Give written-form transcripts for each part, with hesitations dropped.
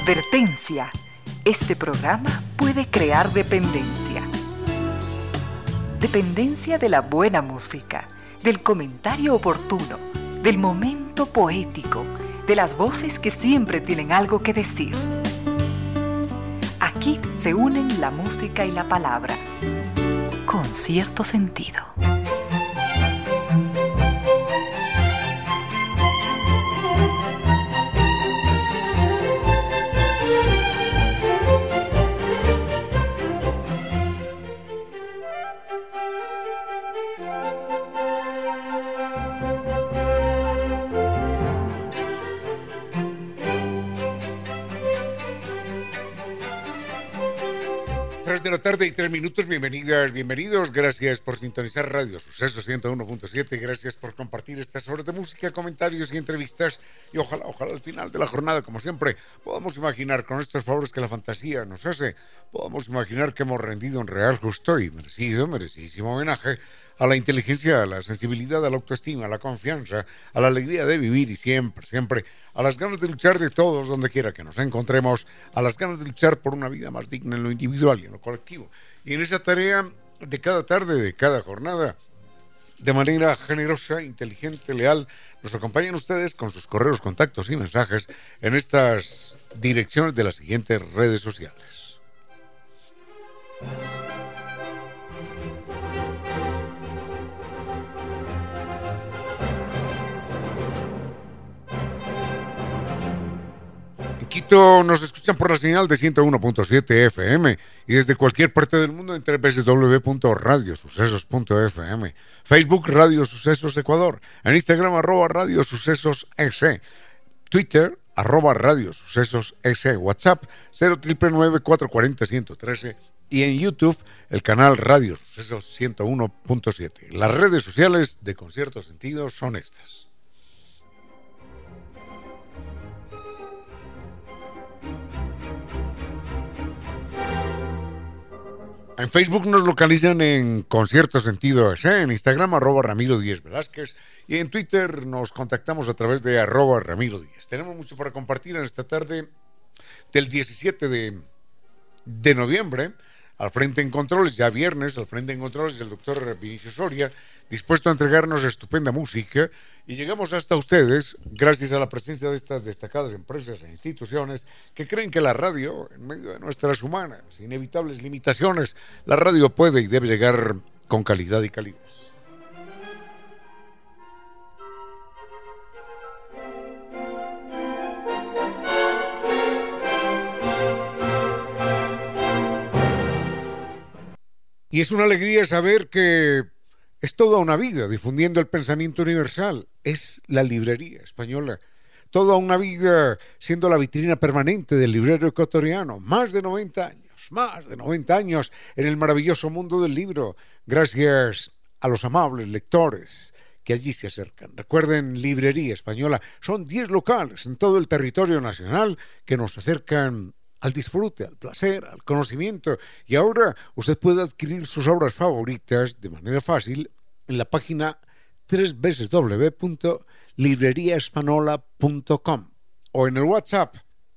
Advertencia. Este programa puede crear dependencia. Dependencia de la buena música, del comentario oportuno, del momento poético, de las voces que siempre tienen algo que decir. Aquí se unen la música y la palabra, con cierto sentido. De la tarde y 3 minutos, bienvenidas, bienvenidos, gracias por sintonizar Radio Sucesos 101.7, gracias por compartir estas horas de música, comentarios y entrevistas, y ojalá al final de la jornada, como siempre, podamos imaginar con estos favores que la fantasía nos hace, podamos imaginar que hemos rendido un real, justo y merecidísimo homenaje a la inteligencia, a la sensibilidad, a la autoestima, a la confianza, a la alegría de vivir y siempre, a las ganas de luchar de todos donde quiera que nos encontremos, a las ganas de luchar por una vida más digna en lo individual y en lo colectivo. Y en esa tarea de cada tarde, de cada jornada, de manera generosa, inteligente, leal, nos acompañan ustedes con sus correos, contactos y mensajes en estas direcciones de las siguientes redes sociales. Quito nos escuchan por la señal de 101.7 FM y desde cualquier parte del mundo en www.radiosucesos.fm, Facebook Radio Sucesos Ecuador, en Instagram @Radio Sucesos EC, Twitter @Radio Sucesos EC, WhatsApp 0999-440-113 y en YouTube el canal Radio Sucesos 101.7. Las redes sociales de Concierto Sentido son estas. En Facebook nos localizan en Concierto Sentido S, en Instagram @Ramiro Díez Velázquez y en Twitter nos contactamos a través de @Ramiro Díez. Tenemos mucho para compartir en esta tarde del 17 de noviembre. Al frente en controles, ya viernes, al frente en controles el doctor Vinicio Soria, dispuesto a entregarnos estupenda música, y llegamos hasta ustedes gracias a la presencia de estas destacadas empresas e instituciones que creen que la radio, en medio de nuestras humanas, inevitables limitaciones, la radio puede y debe llegar con calidad y calidez. Y es una alegría saber que es toda una vida difundiendo el pensamiento universal. Es la librería española. Toda una vida siendo la vitrina permanente del librero ecuatoriano. Más de 90 años en el maravilloso mundo del libro. Gracias a los amables lectores que allí se acercan. Recuerden, Librería Española. Son 10 locales en todo el territorio nacional que nos acercan al disfrute, al placer, al conocimiento. Y ahora usted puede adquirir sus obras favoritas de manera fácil en la página www.libreriaespanola.com o en el WhatsApp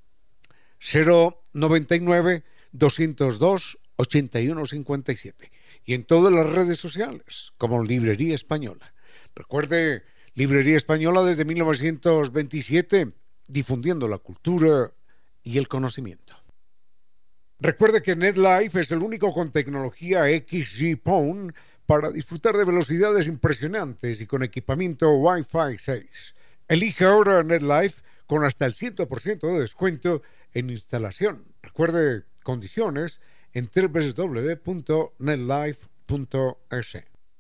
099-202-8157 y en todas las redes sociales como Librería Española. Recuerde, Librería Española desde 1927, difundiendo la cultura y el conocimiento. Recuerde que NetLife es el único con tecnología XG PON para disfrutar de velocidades impresionantes y con equipamiento Wi-Fi 6. Elija ahora NetLife con hasta el 100% de descuento en instalación. Recuerde condiciones en www.netlife.es.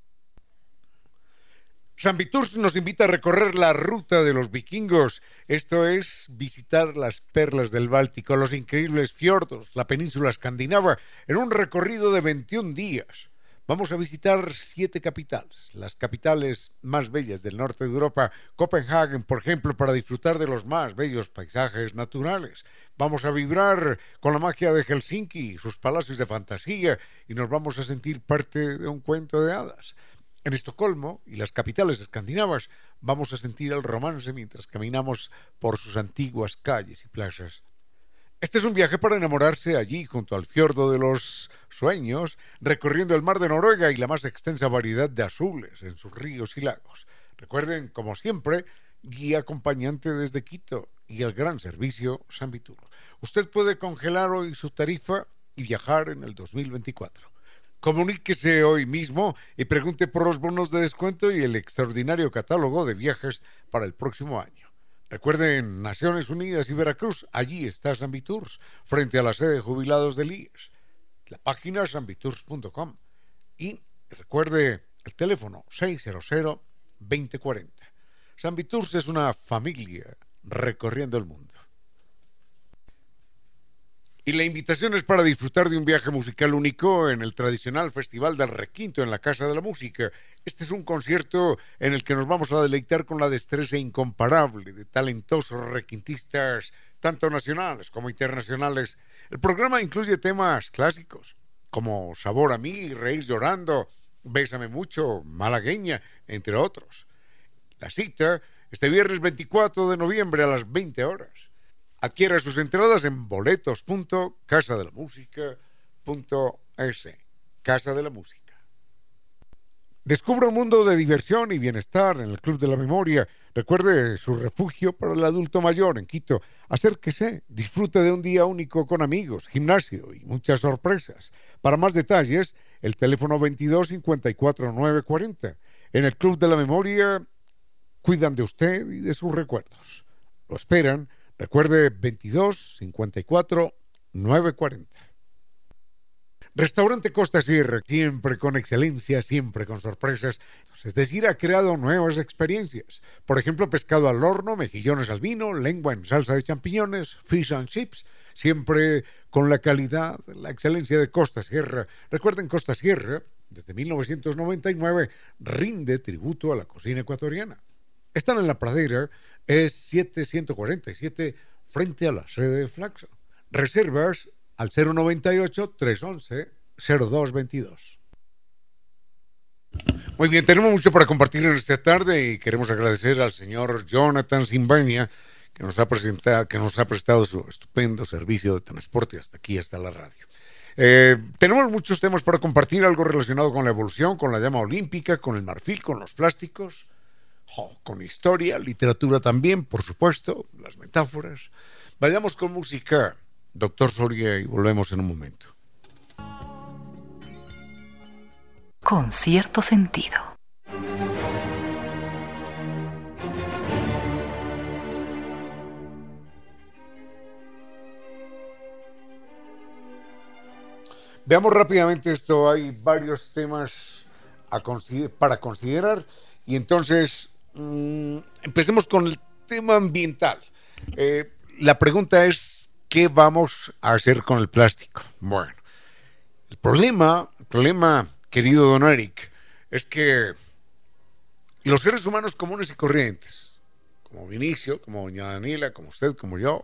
San Viturs nos invita a recorrer la ruta de los vikingos. Esto es visitar las perlas del Báltico, los increíbles fiordos, la península escandinava, en un recorrido de 21 días. Vamos a visitar 7 capitales, las capitales más bellas del norte de Europa, Copenhague, por ejemplo, para disfrutar de los más bellos paisajes naturales. Vamos a vibrar con la magia de Helsinki, sus palacios de fantasía, y nos vamos a sentir parte de un cuento de hadas. En Estocolmo y las capitales escandinavas vamos a sentir el romance mientras caminamos por sus antiguas calles y plazas. Este es un viaje para enamorarse allí, junto al fiordo de los sueños, recorriendo el mar de Noruega y la más extensa variedad de azules en sus ríos y lagos. Recuerden, como siempre, guía acompañante desde Quito y el gran servicio San Vitur. Usted puede congelar hoy su tarifa y viajar en el 2024. Comuníquese hoy mismo y pregunte por los bonos de descuento y el extraordinario catálogo de viajes para el próximo año. Recuerden, Naciones Unidas y Veracruz, allí está San Viturs, frente a la sede de jubilados del IES. La página sanviturs.com. Y recuerde el teléfono 600-2040. San Viturs es una familia recorriendo el mundo. Y la invitación es para disfrutar de un viaje musical único en el tradicional Festival del Requinto en la Casa de la Música. Este es un concierto en el que nos vamos a deleitar con la destreza incomparable de talentosos requintistas, tanto nacionales como internacionales. El programa incluye temas clásicos, como Sabor a mí, Reír llorando, Bésame mucho, Malagueña, entre otros. La cita, este viernes 24 de noviembre a las 20 horas. Adquiera sus entradas en boletos.casadelamusica.es. Casa de la Música. Descubra un mundo de diversión y bienestar en el Club de la Memoria. Recuerde su refugio para el adulto mayor en Quito. Acérquese, disfrute de un día único con amigos, gimnasio y muchas sorpresas. Para más detalles, el teléfono 22 54 940. En el Club de la Memoria cuidan de usted y de sus recuerdos. Lo esperan. Recuerde 22 54 940. Restaurante Costa Sierra, siempre con excelencia, siempre con sorpresas. Es decir, ha creado nuevas experiencias. Por ejemplo, pescado al horno, mejillones al vino, lengua en salsa de champiñones, fish and chips, siempre con la calidad, la excelencia de Costa Sierra. Recuerden, Costa Sierra, desde 1999, rinde tributo a la cocina ecuatoriana. Están en La Pradera, es 7147, frente a la sede de Flaxo. Reservas al 098-311-0222. Muy bien, tenemos mucho para compartir en esta tarde y queremos agradecer al señor Jonathan Simbaña que nos ha prestado su estupendo servicio de transporte hasta aquí, hasta la radio. Tenemos muchos temas para compartir, algo relacionado con la evolución, con la llama olímpica, con el marfil, con los plásticos, con historia, literatura también, por supuesto, las metáforas. Vayamos con música, doctor Soria, y volvemos en un momento. Con cierto sentido. Veamos rápidamente esto. Hay varios temas para considerar y entonces empecemos con el tema ambiental. La pregunta es, ¿qué vamos a hacer con el plástico? Bueno, el problema, querido don Eric, es que los seres humanos comunes y corrientes, como Vinicio, como doña Daniela, como usted, como yo,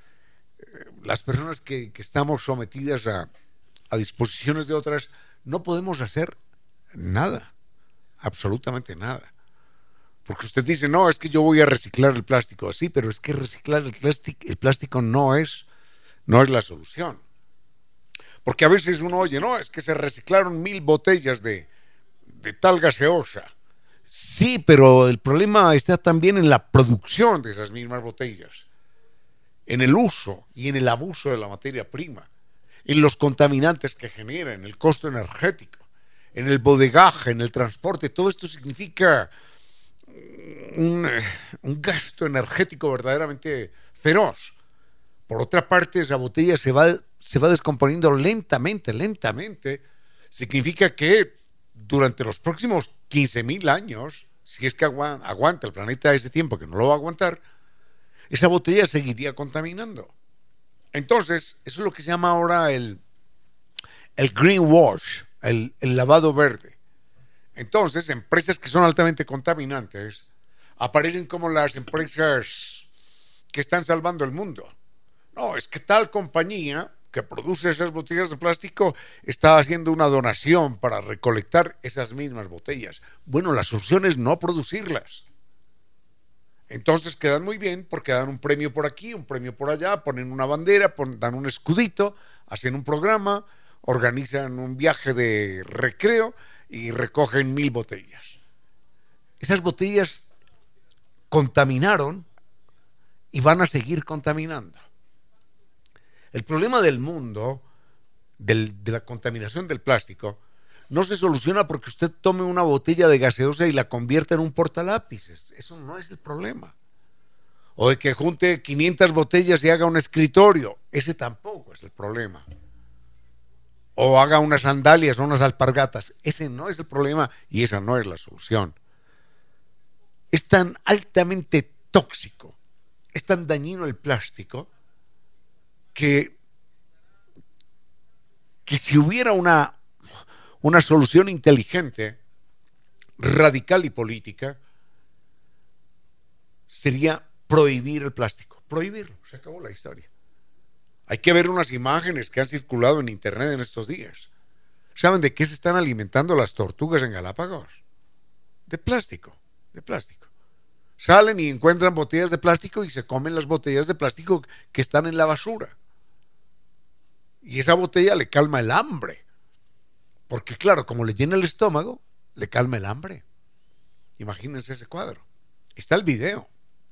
las personas que estamos sometidas a disposiciones de otras, no podemos hacer nada, absolutamente nada. Porque usted dice, no, es que yo voy a reciclar el plástico. Sí, pero es que reciclar el plástico no es la solución. Porque a veces uno oye, no, es que se reciclaron 1000 botellas de tal gaseosa. Sí, pero el problema está también en la producción de esas mismas botellas, en el uso y en el abuso de la materia prima, en los contaminantes que genera, en el costo energético, en el bodegaje, en el transporte. Todo esto significa un gasto energético verdaderamente feroz. Por otra parte, esa botella se va descomponiendo lentamente. Significa que durante los próximos 15.000 años, si es que aguanta el planeta ese tiempo, que no lo va a aguantar, esa botella seguiría contaminando. Entonces, eso es lo que se llama ahora el greenwash, el lavado verde. Entonces, empresas que son altamente contaminantes aparecen como las empresas que están salvando el mundo. No, es que tal compañía que produce esas botellas de plástico está haciendo una donación para recolectar esas mismas botellas. Bueno, la solución es no producirlas. Entonces quedan muy bien porque dan un premio por aquí, un premio por allá, ponen una bandera, dan un escudito, hacen un programa, organizan un viaje de recreo y recogen 1000 botellas. Esas botellas contaminaron y van a seguir contaminando. El problema del mundo, de la contaminación del plástico, no se soluciona porque usted tome una botella de gaseosa y la convierta en un portalápices. Eso no es el problema. O de que junte 500 botellas y haga un escritorio. Ese tampoco es el problema. O haga unas sandalias o unas alpargatas. Ese no es el problema y esa no es la solución. Es tan altamente tóxico, es tan dañino el plástico que si hubiera una solución inteligente, radical y política, sería prohibir el plástico. Prohibirlo, se acabó la historia. Hay que ver unas imágenes que han circulado en internet en estos días. ¿Saben de qué se están alimentando las tortugas en Galápagos? De plástico, de plástico. Salen y encuentran botellas de plástico y se comen las botellas de plástico que están en la basura. Y esa botella le calma el hambre. Porque claro, como le llena el estómago, le calma el hambre. Imagínense ese cuadro. Está el video.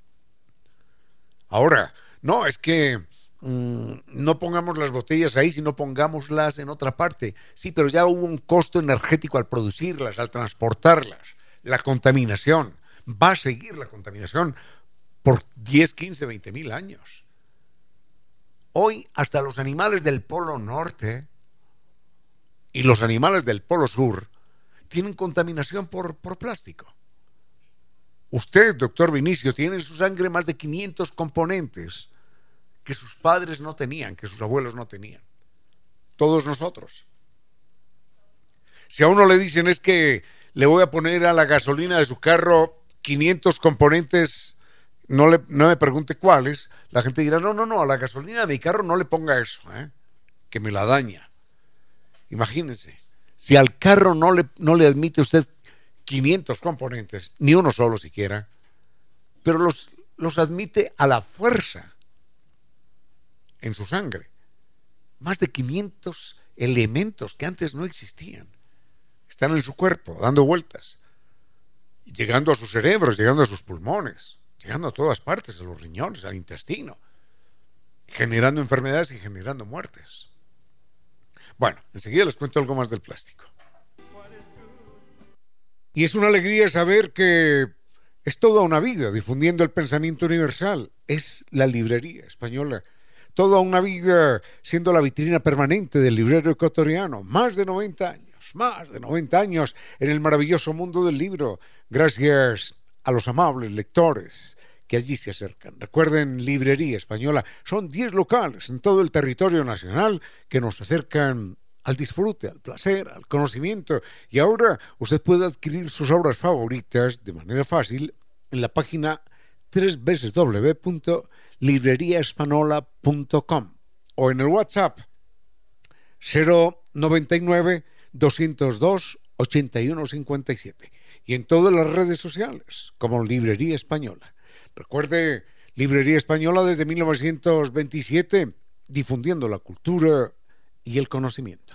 Ahora, no, es que no pongamos las botellas ahí, sino pongámoslas en otra parte. Sí, pero ya hubo un costo energético al producirlas, al transportarlas. La contaminación. Va a seguir la contaminación por 10, 15, 20 mil años. Hoy hasta los animales del Polo Norte y los animales del Polo Sur tienen contaminación por plástico. Usted, doctor Vinicio, tiene en su sangre más de 500 componentes que sus padres no tenían, que sus abuelos no tenían. Todos nosotros. Si a uno le dicen es que le voy a poner a la gasolina de su carro 500 componentes, no me pregunte cuáles, la gente dirá, no, a la gasolina de mi carro no le ponga eso, que me la daña. Imagínense, si al carro no le admite usted 500 componentes, ni uno solo siquiera, pero los admite a la fuerza en su sangre. Más de 500 elementos que antes no existían están en su cuerpo, dando vueltas, llegando a sus cerebros, llegando a sus pulmones, llegando a todas partes, a los riñones, al intestino, generando enfermedades y generando muertes. Bueno, enseguida les cuento algo más del plástico. Y es una alegría saber que es toda una vida difundiendo el pensamiento universal. Es la librería española. Toda una vida siendo la vitrina permanente del librero ecuatoriano. Más de 90 años en el maravilloso mundo del libro. Gracias a los amables lectores que allí se acercan. Recuerden, Librería Española. Son 10 locales en todo el territorio nacional que nos acercan al disfrute, al placer, al conocimiento. Y ahora usted puede adquirir sus obras favoritas de manera fácil en la página www.libreriaespanola.com o en el WhatsApp 099 202 8157 y en todas las redes sociales como Librería Española. Recuerde, Librería Española desde 1927, difundiendo la cultura y el conocimiento.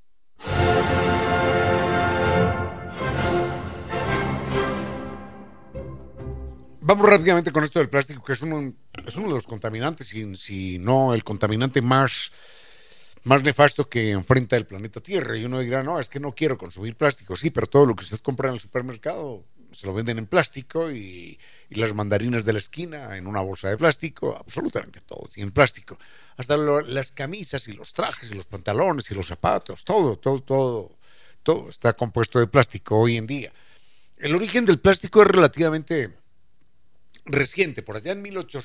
Vamos rápidamente con esto del plástico, que es uno de los contaminantes, si no el contaminante más nefasto que enfrenta el planeta Tierra. Y uno dirá, no, es que no quiero consumir plástico. Sí, pero todo lo que usted compra en el supermercado se lo venden en plástico y las mandarinas de la esquina en una bolsa de plástico, absolutamente todo tiene plástico. Hasta las camisas y los trajes y los pantalones y los zapatos, todo está compuesto de plástico hoy en día. El origen del plástico es relativamente reciente, por allá en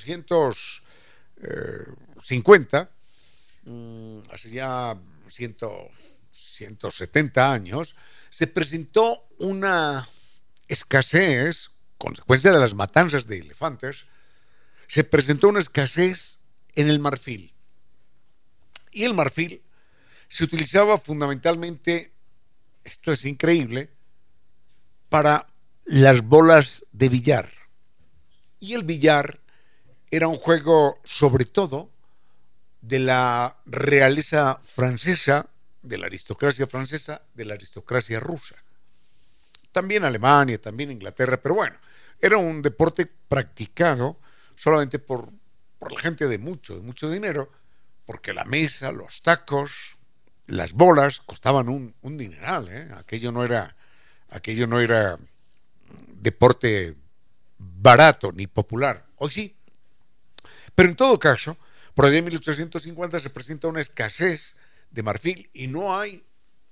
1850, hace ya 170 años, se presentó una escasez, consecuencia de las matanzas de elefantes, se presentó una escasez en el marfil. Y el marfil se utilizaba fundamentalmente, esto es increíble, para las bolas de billar. Y el billar era un juego sobre todo de la realeza francesa, de la aristocracia francesa, de la aristocracia rusa. También Alemania, también Inglaterra, pero bueno, era un deporte practicado solamente por la gente de mucho dinero, porque la mesa, los tacos, las bolas costaban un dineral, ¿eh? Aquello no era deporte barato ni popular. Hoy sí. Pero en todo caso, por allá en 1850 se presenta una escasez de marfil y no hay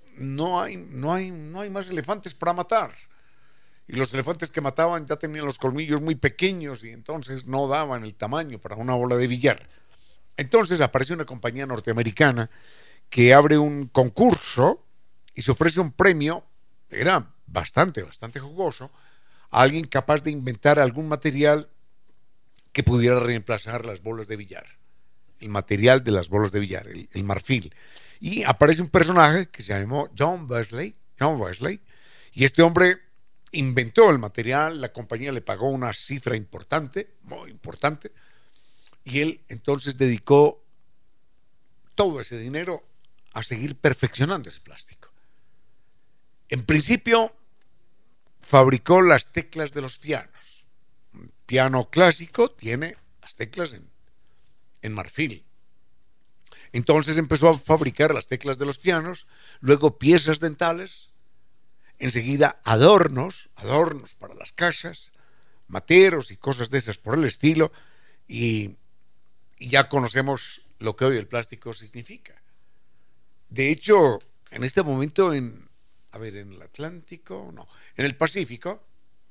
más elefantes para matar. Y los elefantes que mataban ya tenían los colmillos muy pequeños y entonces no daban el tamaño para una bola de billar. Entonces aparece una compañía norteamericana que abre un concurso y se ofrece un premio, era bastante jugoso, a alguien capaz de inventar algún material que pudiera reemplazar las bolas de billar, el material de las bolas de billar, el marfil. Y aparece un personaje que se llamó John Wesley, y este hombre inventó el material, la compañía le pagó una cifra importante, muy importante, y él entonces dedicó todo ese dinero a seguir perfeccionando ese plástico. En principio, fabricó las teclas de los pianos. Un piano clásico tiene las teclas en marfil. Entonces empezó a fabricar las teclas de los pianos, luego piezas dentales, enseguida adornos para las casas, materos y cosas de esas por el estilo, y ya conocemos lo que hoy el plástico significa. De hecho, en este momento en el Atlántico, no, en el Pacífico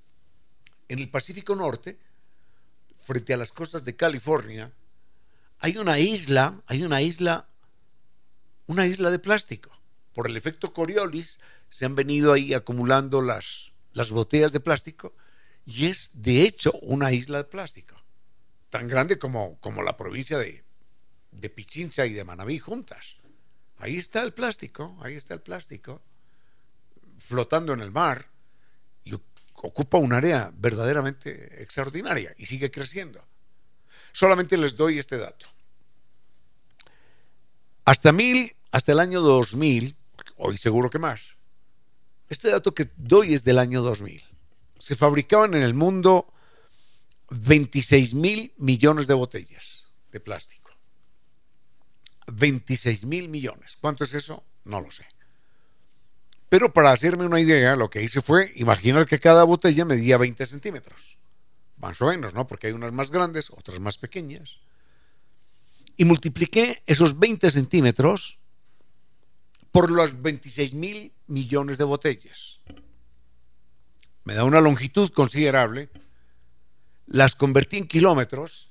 Norte, frente a las costas de California, hay una isla de plástico. Por el efecto Coriolis se han venido ahí acumulando las botellas de plástico y es de hecho una isla de plástico, tan grande como la provincia de Pichincha y de Manabí juntas. Ahí está el plástico, flotando en el mar y ocupa un área verdaderamente extraordinaria y sigue creciendo. Solamente les doy este dato. Hasta el año 2000, hoy seguro que más, este dato que doy es del año 2000. Se fabricaban en el mundo 26,000 millones de botellas de plástico. 26,000 millones. ¿Cuánto es eso? No lo sé. Pero para hacerme una idea, lo que hice fue imaginar que cada botella medía 20 centímetros. Más o menos, ¿no? Porque hay unas más grandes, otras más pequeñas. Y multipliqué esos 20 centímetros por los 26,000 millones de botellas. Me da una longitud considerable. Las convertí en kilómetros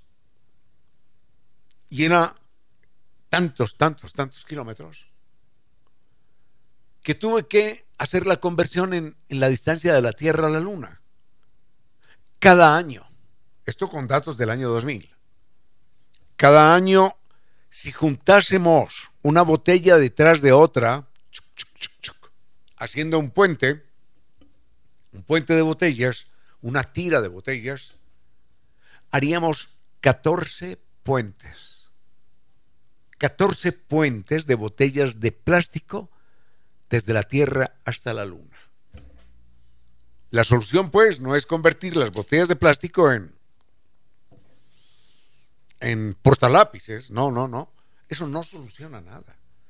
y era tantos kilómetros que tuve que hacer la conversión en la distancia de la Tierra a la Luna. Cada año, esto con datos del año 2000, cada año, si juntásemos una botella detrás de otra, haciendo un puente de botellas, una tira de botellas, haríamos 14 puentes. 14 puentes de botellas de plástico desde la Tierra hasta la Luna. La solución, pues, no es convertir las botellas de plástico en portalápices. No. Eso no soluciona nada.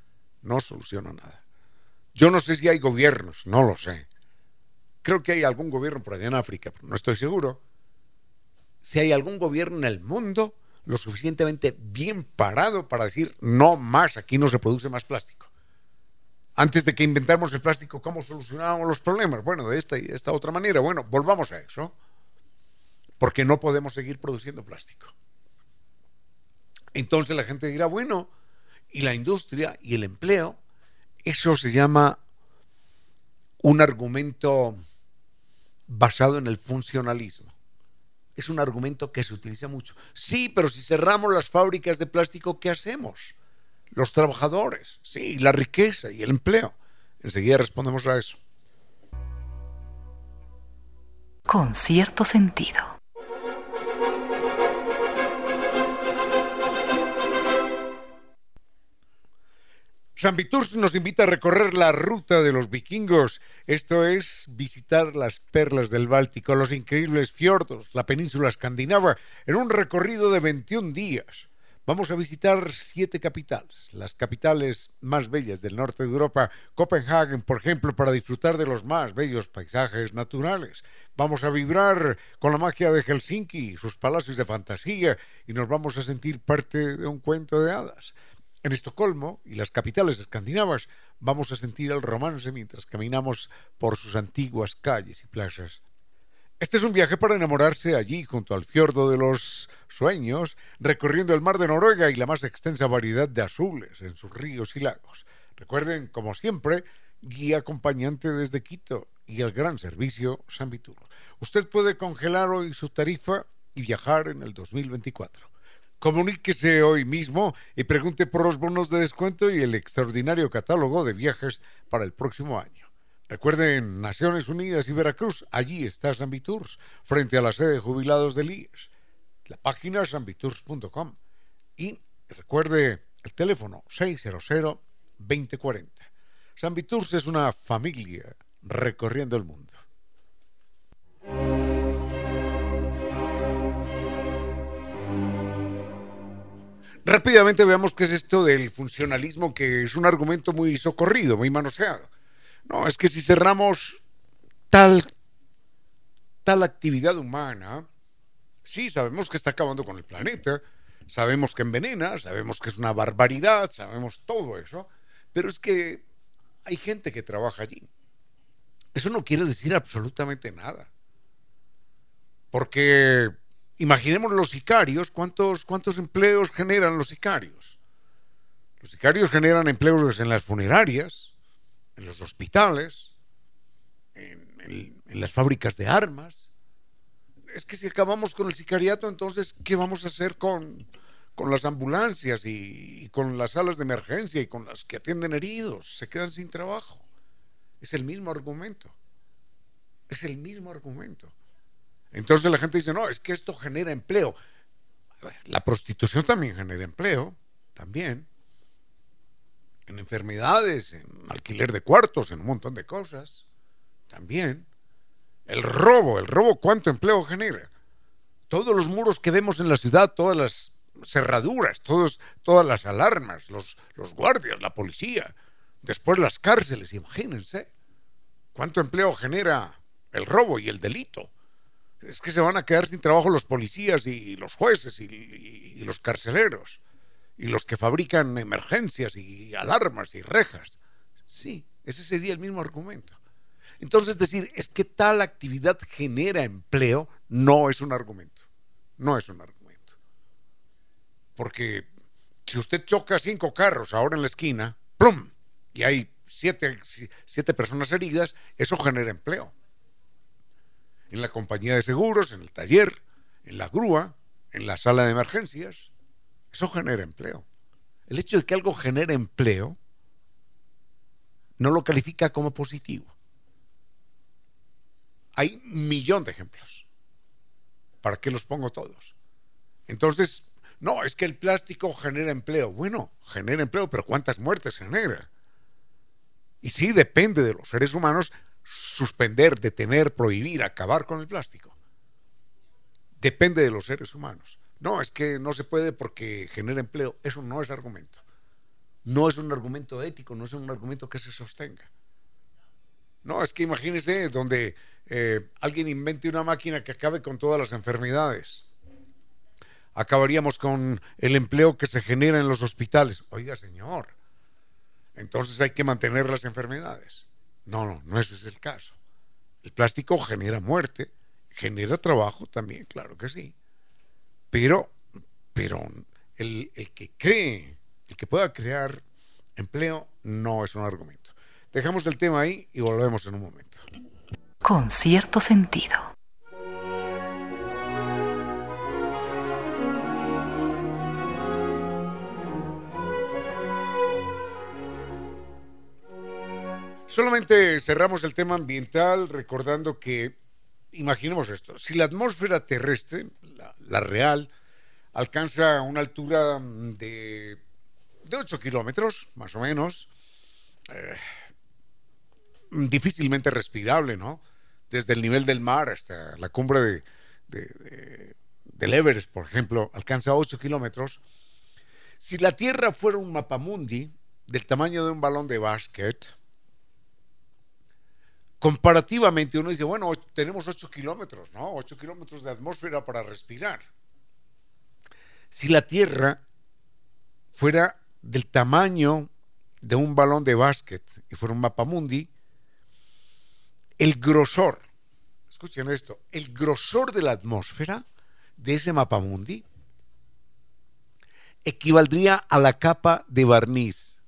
Yo no sé si hay gobiernos, no lo sé. Creo que hay algún gobierno por allá en África, pero no estoy seguro. Si hay algún gobierno en el mundo lo suficientemente bien parado para decir no más, aquí no se produce más plástico. Antes de que inventáramos el plástico, ¿cómo solucionábamos los problemas? Bueno, de esta y de esta otra manera. Bueno, volvamos a eso, porque no podemos seguir produciendo plástico. Entonces la gente dirá, bueno, y la industria y el empleo, eso se llama un argumento basado en el funcionalismo. Es un argumento que se utiliza mucho. Sí, pero si cerramos las fábricas de plástico, ¿qué hacemos? Los trabajadores, sí, la riqueza y el empleo. Enseguida respondemos a eso. Con cierto sentido. Sambitours nos invita a recorrer la ruta de los vikingos. Esto es visitar las perlas del Báltico, los increíbles fiordos, la península escandinava, en un recorrido de 21 días. Vamos a visitar 7 capitales, las capitales más bellas del norte de Europa, Copenhague, por ejemplo, para disfrutar de los más bellos paisajes naturales. Vamos a vibrar con la magia de Helsinki, sus palacios de fantasía, y nos vamos a sentir parte de un cuento de hadas. En Estocolmo y las capitales escandinavas vamos a sentir el romance mientras caminamos por sus antiguas calles y plazas. Este es un viaje para enamorarse allí, junto al fiordo de los sueños, recorriendo el mar de Noruega y la más extensa variedad de azules en sus ríos y lagos. Recuerden, como siempre, guía acompañante desde Quito y el gran servicio Sambitours. Usted puede congelar hoy su tarifa y viajar en el 2024. Comuníquese hoy mismo y pregunte por los bonos de descuento y el extraordinario catálogo de viajes para el próximo año. Recuerden, Naciones Unidas y Veracruz, allí está Sambitours, frente a la sede de jubilados del IES. La página es sambitours.com y recuerde el teléfono 600-2040. Sambitours es una familia recorriendo el mundo. Rápidamente veamos qué es esto del funcionalismo, que es un argumento muy socorrido, muy manoseado. No, es que si cerramos tal actividad humana, sí, sabemos que está acabando con el planeta, sabemos que envenena, sabemos que es una barbaridad, sabemos todo eso, pero es que hay gente que trabaja allí. Eso no quiere decir absolutamente nada. Porque imaginemos los sicarios, ¿cuántos empleos generan los sicarios? Los sicarios generan empleos en las funerarias, en los hospitales, en las fábricas de armas. Es que si acabamos con el sicariato, entonces, ¿qué vamos a hacer con las ambulancias y con las salas de emergencia y con las que atienden heridos? Se quedan sin trabajo. Es el mismo argumento. Es el mismo argumento. Entonces la gente dice, no, es que esto genera empleo. A ver, la prostitución también genera empleo, también. En enfermedades, en alquiler de cuartos, en un montón de cosas, también. El robo, ¿cuánto empleo genera? Todos los muros que vemos en la ciudad, todas las cerraduras, todas las alarmas, los guardias, la policía, después las cárceles, imagínense. ¿Cuánto empleo genera el robo y el delito? Es que se van a quedar sin trabajo los policías y los jueces y los carceleros y los que fabrican emergencias y alarmas y rejas. Sí, ese sería el mismo argumento. Entonces decir, es que tal actividad genera empleo, no es un argumento. No es un argumento. Porque si usted choca 5 carros ahora en la esquina, ¡plum!, y hay 7 personas heridas, eso genera empleo. En la compañía de seguros, en el taller, en la grúa, en la sala de emergencias, eso genera empleo. El hecho de que algo genere empleo no lo califica como positivo. Hay un millón de ejemplos. ¿Para qué los pongo todos? Entonces, no, es que el plástico genera empleo. Bueno, genera empleo, pero ¿cuántas muertes genera? Y sí, depende de los seres humanos suspender, detener, prohibir, acabar con el plástico. Depende de los seres humanos. No, es que no se puede porque genera empleo. Eso no es argumento. No es un argumento ético, no es un argumento que se sostenga. No, es que imagínese donde alguien invente una máquina que acabe con todas las enfermedades. Acabaríamos con el empleo que se genera en los hospitales. Oiga, señor, entonces hay que mantener las enfermedades. No, ese es el caso. El plástico genera muerte, genera trabajo también, claro que sí. Pero el que pueda crear empleo no es un argumento. Dejamos el tema ahí y volvemos en un momento. Con cierto sentido. Solamente cerramos el tema ambiental recordando que, imaginemos esto, si la atmósfera terrestre, la real, alcanza una altura de 8 kilómetros, más o menos, difícilmente respirable, ¿no? Desde el nivel del mar hasta la cumbre del Everest, por ejemplo, alcanza 8 kilómetros. Si la Tierra fuera un mapamundi del tamaño de un balón de básquet, comparativamente uno dice, bueno, tenemos 8 kilómetros, ¿no? 8 kilómetros de atmósfera para respirar. Si la Tierra fuera del tamaño de un balón de básquet y fuera un mapamundi, el grosor, escuchen esto, el grosor de la atmósfera de ese mapamundi equivaldría a la capa de barniz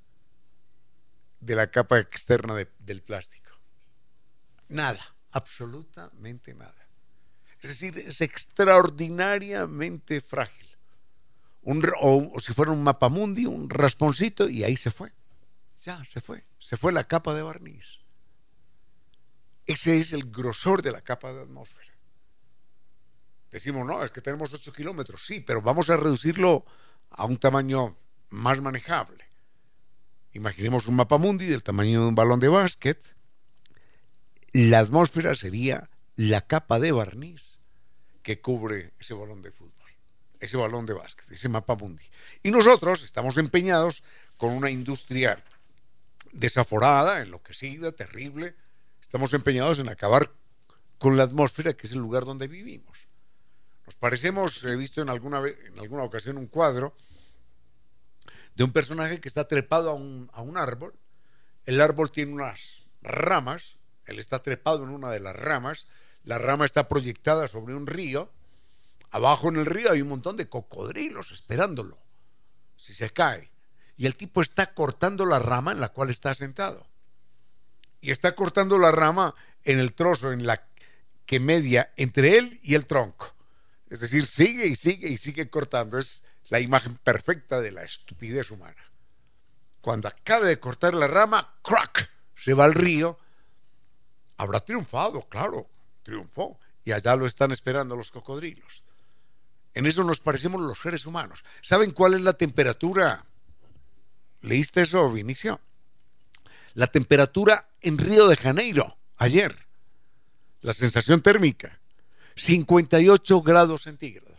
de la capa externa del plástico. Nada, absolutamente nada. Es decir, es extraordinariamente frágil. O si fuera un mapamundi, un rasponcito, y ahí se fue. Ya, se fue la capa de barniz. Ese es el grosor de la capa de atmósfera. Decimos, no, es que tenemos 8 kilómetros, sí, pero vamos a reducirlo a un tamaño más manejable. Imaginemos un mapamundi del tamaño de un balón de básquet. La atmósfera sería la capa de barniz que cubre ese balón de fútbol, ese balón de básquet, ese mapamundi. Y nosotros estamos empeñados con una industria desaforada, enloquecida, terrible. Estamos empeñados en acabar con la atmósfera, que es el lugar donde vivimos. Nos parecemos, he visto en alguna ocasión un cuadro de un personaje que está trepado a un árbol. El árbol tiene unas ramas, él está trepado en una de las ramas, la rama está proyectada sobre un río, abajo en el río hay un montón de cocodrilos esperándolo, si se cae, y el tipo está cortando la rama en la cual está sentado, y está cortando la rama en el trozo, en la que media entre él y el tronco, es decir, sigue y sigue y sigue cortando. Es la imagen perfecta de la estupidez humana. Cuando acabe de cortar la rama, ¡crack!, se va al río. Habrá triunfado, claro, triunfó, y allá lo están esperando los cocodrilos. En eso nos parecemos los seres humanos. ¿Saben cuál es la temperatura? ¿Leíste eso, Vinicio? La temperatura en Río de Janeiro, ayer. La sensación térmica, 58 grados centígrados.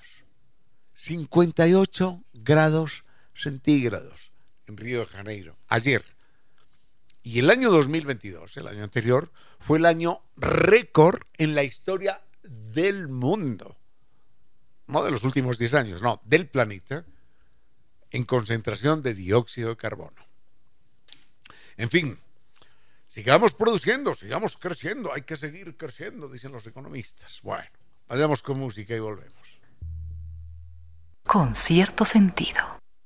58 grados centígrados en Río de Janeiro, ayer. Y el año 2022, el año anterior, fue el año récord en la historia del mundo. No de los últimos 10 años, no, del planeta, en concentración de dióxido de carbono. En fin, sigamos produciendo, sigamos creciendo, hay que seguir creciendo, dicen los economistas. Bueno, vayamos con música y volvemos. Con cierto sentido.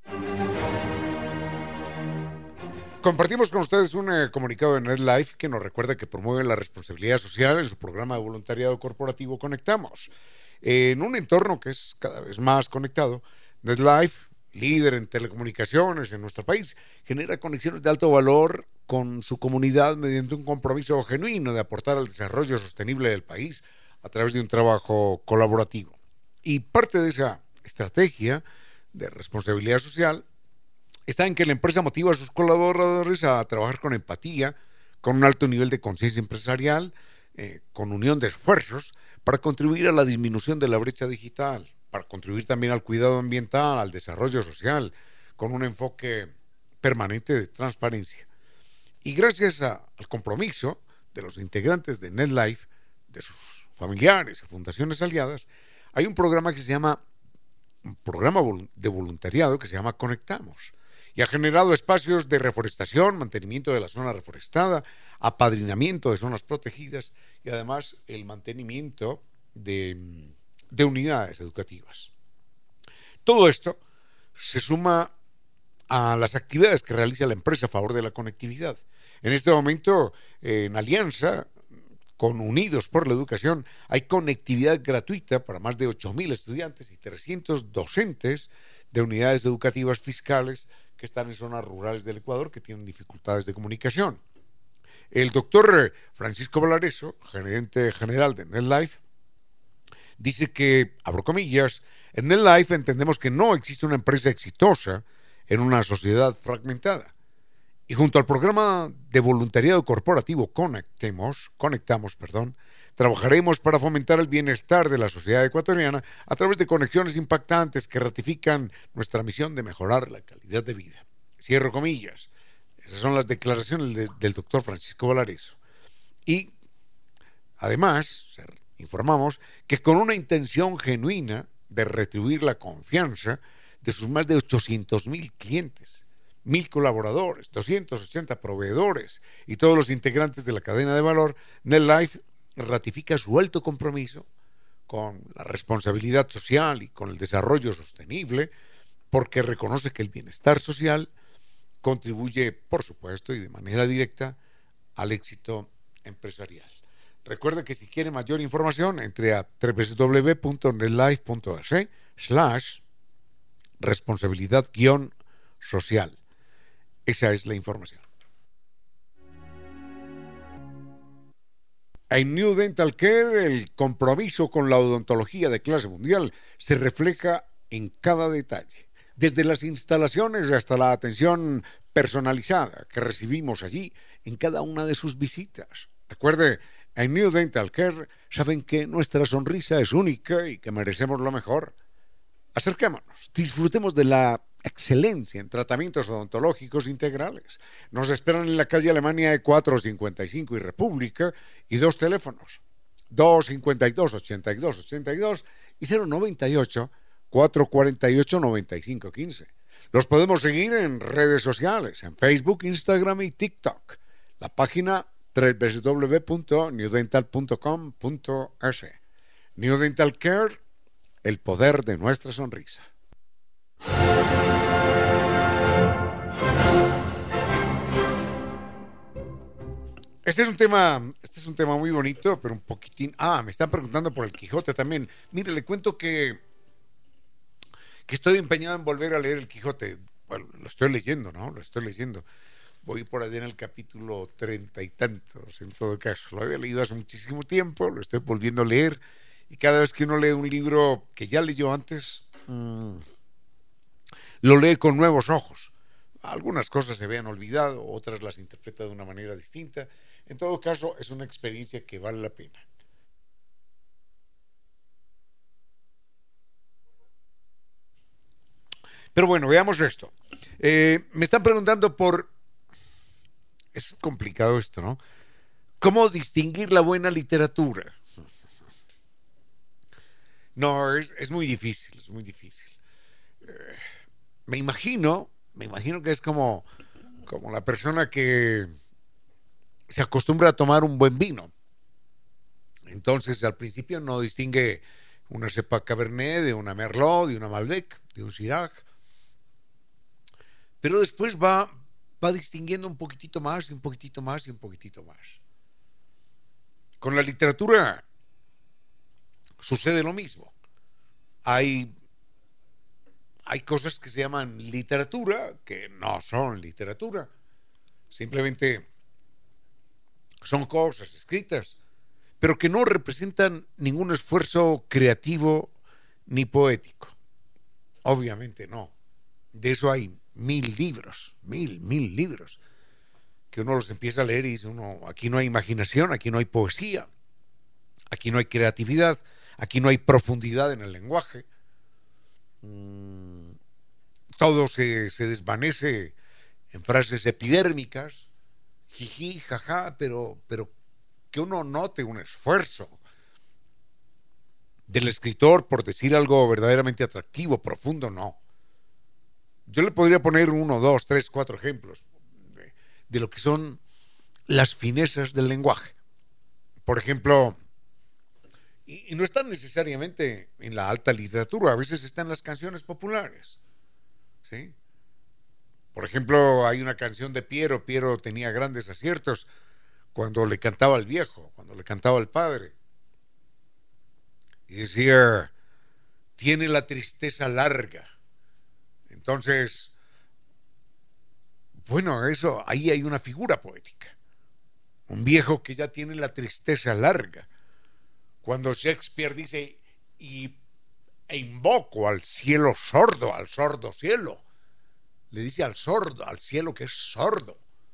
Compartimos con ustedes un comunicado de NetLife que nos recuerda que promueve la responsabilidad social en su programa de voluntariado corporativo Conectamos. En un entorno que es cada vez más conectado, NetLife, líder en telecomunicaciones en nuestro país, genera conexiones de alto valor con su comunidad mediante un compromiso genuino de aportar al desarrollo sostenible del país a través de un trabajo colaborativo. Y parte de esa estrategia de responsabilidad social está en que la empresa motiva a sus colaboradores a trabajar con empatía, con un alto nivel de conciencia empresarial, con unión de esfuerzos para contribuir a la disminución de la brecha digital, para contribuir también al cuidado ambiental, al desarrollo social, con un enfoque permanente de transparencia. Y gracias al compromiso de los integrantes de NetLife, de sus familiares y fundaciones aliadas, hay un programa de voluntariado que se llama Conectamos, y ha generado espacios de reforestación, mantenimiento de la zona reforestada, apadrinamiento de zonas protegidas y además el mantenimiento de unidades educativas. Todo esto se suma a las actividades que realiza la empresa a favor de la conectividad. En este momento, en alianza con Unidos por la Educación, hay conectividad gratuita para más de 8.000 estudiantes y 300 docentes de unidades educativas fiscales que están en zonas rurales del Ecuador que tienen dificultades de comunicación. El doctor Francisco Valareso, gerente general de NetLife, dice que, abro comillas, en NetLife entendemos que no existe una empresa exitosa en una sociedad fragmentada Y junto al programa de voluntariado corporativo Conectamos, trabajaremos para fomentar el bienestar de la sociedad ecuatoriana a través de conexiones impactantes que ratifican nuestra misión de mejorar la calidad de vida. Cierro comillas. Esas son las declaraciones del doctor Francisco Valareso. Y además, informamos que con una intención genuina de retribuir la confianza de sus más de 800,000 clientes, 1,000 colaboradores, 280 proveedores y todos los integrantes de la cadena de valor, NetLife ratifica su alto compromiso con la responsabilidad social y con el desarrollo sostenible, porque reconoce que el bienestar social contribuye, por supuesto, y de manera directa al éxito empresarial. Recuerde que si quiere mayor información, entre a www.netlife.es/responsabilidad-social. Esa es la información. En New Dental Care, el compromiso con la odontología de clase mundial se refleja en cada detalle, desde las instalaciones hasta la atención personalizada que recibimos allí en cada una de sus visitas. Recuerde, en New Dental Care saben que nuestra sonrisa es única y que merecemos lo mejor. Acerquémonos, disfrutemos de la excelencia en tratamientos odontológicos integrales. Nos esperan en la calle Alemania de 455 y República, y 2 teléfonos, 252-8282 y 098-448-9515. Los podemos seguir en redes sociales, en Facebook, Instagram y TikTok. La página www.newdental.com.es. New Dental Care, el poder de nuestra sonrisa. Este es un tema muy bonito, pero un poquitín. Me están preguntando por el Quijote también. Mire, le cuento que estoy empeñado en volver a leer el Quijote. Bueno, lo estoy leyendo, ¿no? Lo estoy leyendo. Voy por allá en el capítulo 30 y tantos, en todo caso. Lo había leído hace muchísimo tiempo, lo estoy volviendo a leer. Y cada vez que uno lee un libro que ya leyó antes, lo lee con nuevos ojos. Algunas cosas se habían olvidado, otras las interpreta de una manera distinta. En todo caso, es una experiencia que vale la pena. Pero bueno, veamos esto. Me están preguntando por... Es complicado esto, ¿no? ¿Cómo distinguir la buena literatura? No, es muy difícil, es muy difícil. Me imagino que es como la persona que se acostumbra a tomar un buen vino. Entonces, al principio no distingue una cepa Cabernet de una Merlot, de una Malbec, de un Syrah. Pero después va distinguiendo un poquitito más, y un poquitito más, y un poquitito más. Con la literatura sucede lo mismo. Hay cosas que se llaman literatura, que no son literatura. Simplemente son cosas escritas, pero que no representan ningún esfuerzo creativo ni poético. Obviamente no. De eso hay 1,000 libros, mil libros, que uno los empieza a leer y dice uno, aquí no hay imaginación, aquí no hay poesía, aquí no hay creatividad, aquí no hay profundidad en el lenguaje. Todo se desvanece en frases epidérmicas, jiji, jaja, pero que uno note un esfuerzo del escritor por decir algo verdaderamente atractivo, profundo, no. Yo le podría poner 1, 2, 3, 4 ejemplos de lo que son las finezas del lenguaje. Por ejemplo, y no están necesariamente en la alta literatura, a veces están en las canciones populares, ¿sí? Por ejemplo, hay una canción de Piero tenía grandes aciertos cuando le cantaba al viejo, cuando le cantaba al padre. Y decía, tiene la tristeza larga. Entonces, bueno, eso, ahí hay una figura poética. Un viejo que ya tiene la tristeza larga. Cuando Shakespeare dice, e invoco al cielo sordo, al sordo cielo. Le dice al sordo, al cielo que es sordo.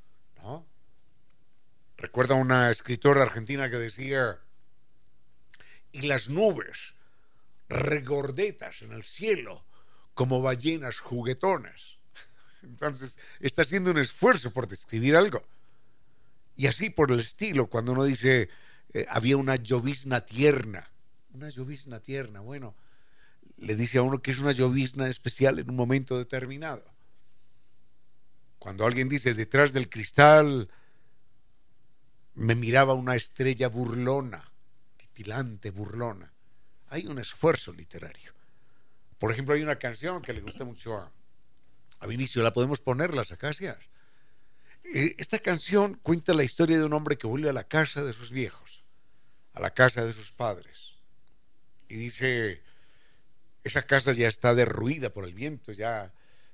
¿no? Recuerda una escritora argentina que decía, y las nubes regordetas en el cielo como ballenas juguetonas. Entonces está haciendo un esfuerzo por describir algo. Y así por el estilo, cuando uno dice, había una llovizna tierna. Una llovizna tierna, bueno, le dice a uno que es una llovizna especial en un momento determinado. Cuando alguien dice, detrás del cristal me miraba una estrella burlona, titilante, burlona. Hay un esfuerzo literario. Por ejemplo, hay una canción que le gusta mucho a Vinicio, la podemos poner, Las Acacias. Esta canción cuenta la historia de un hombre que vuelve a la casa de sus viejos, a la casa de sus padres. Y dice, esa casa ya está derruida por el viento, ya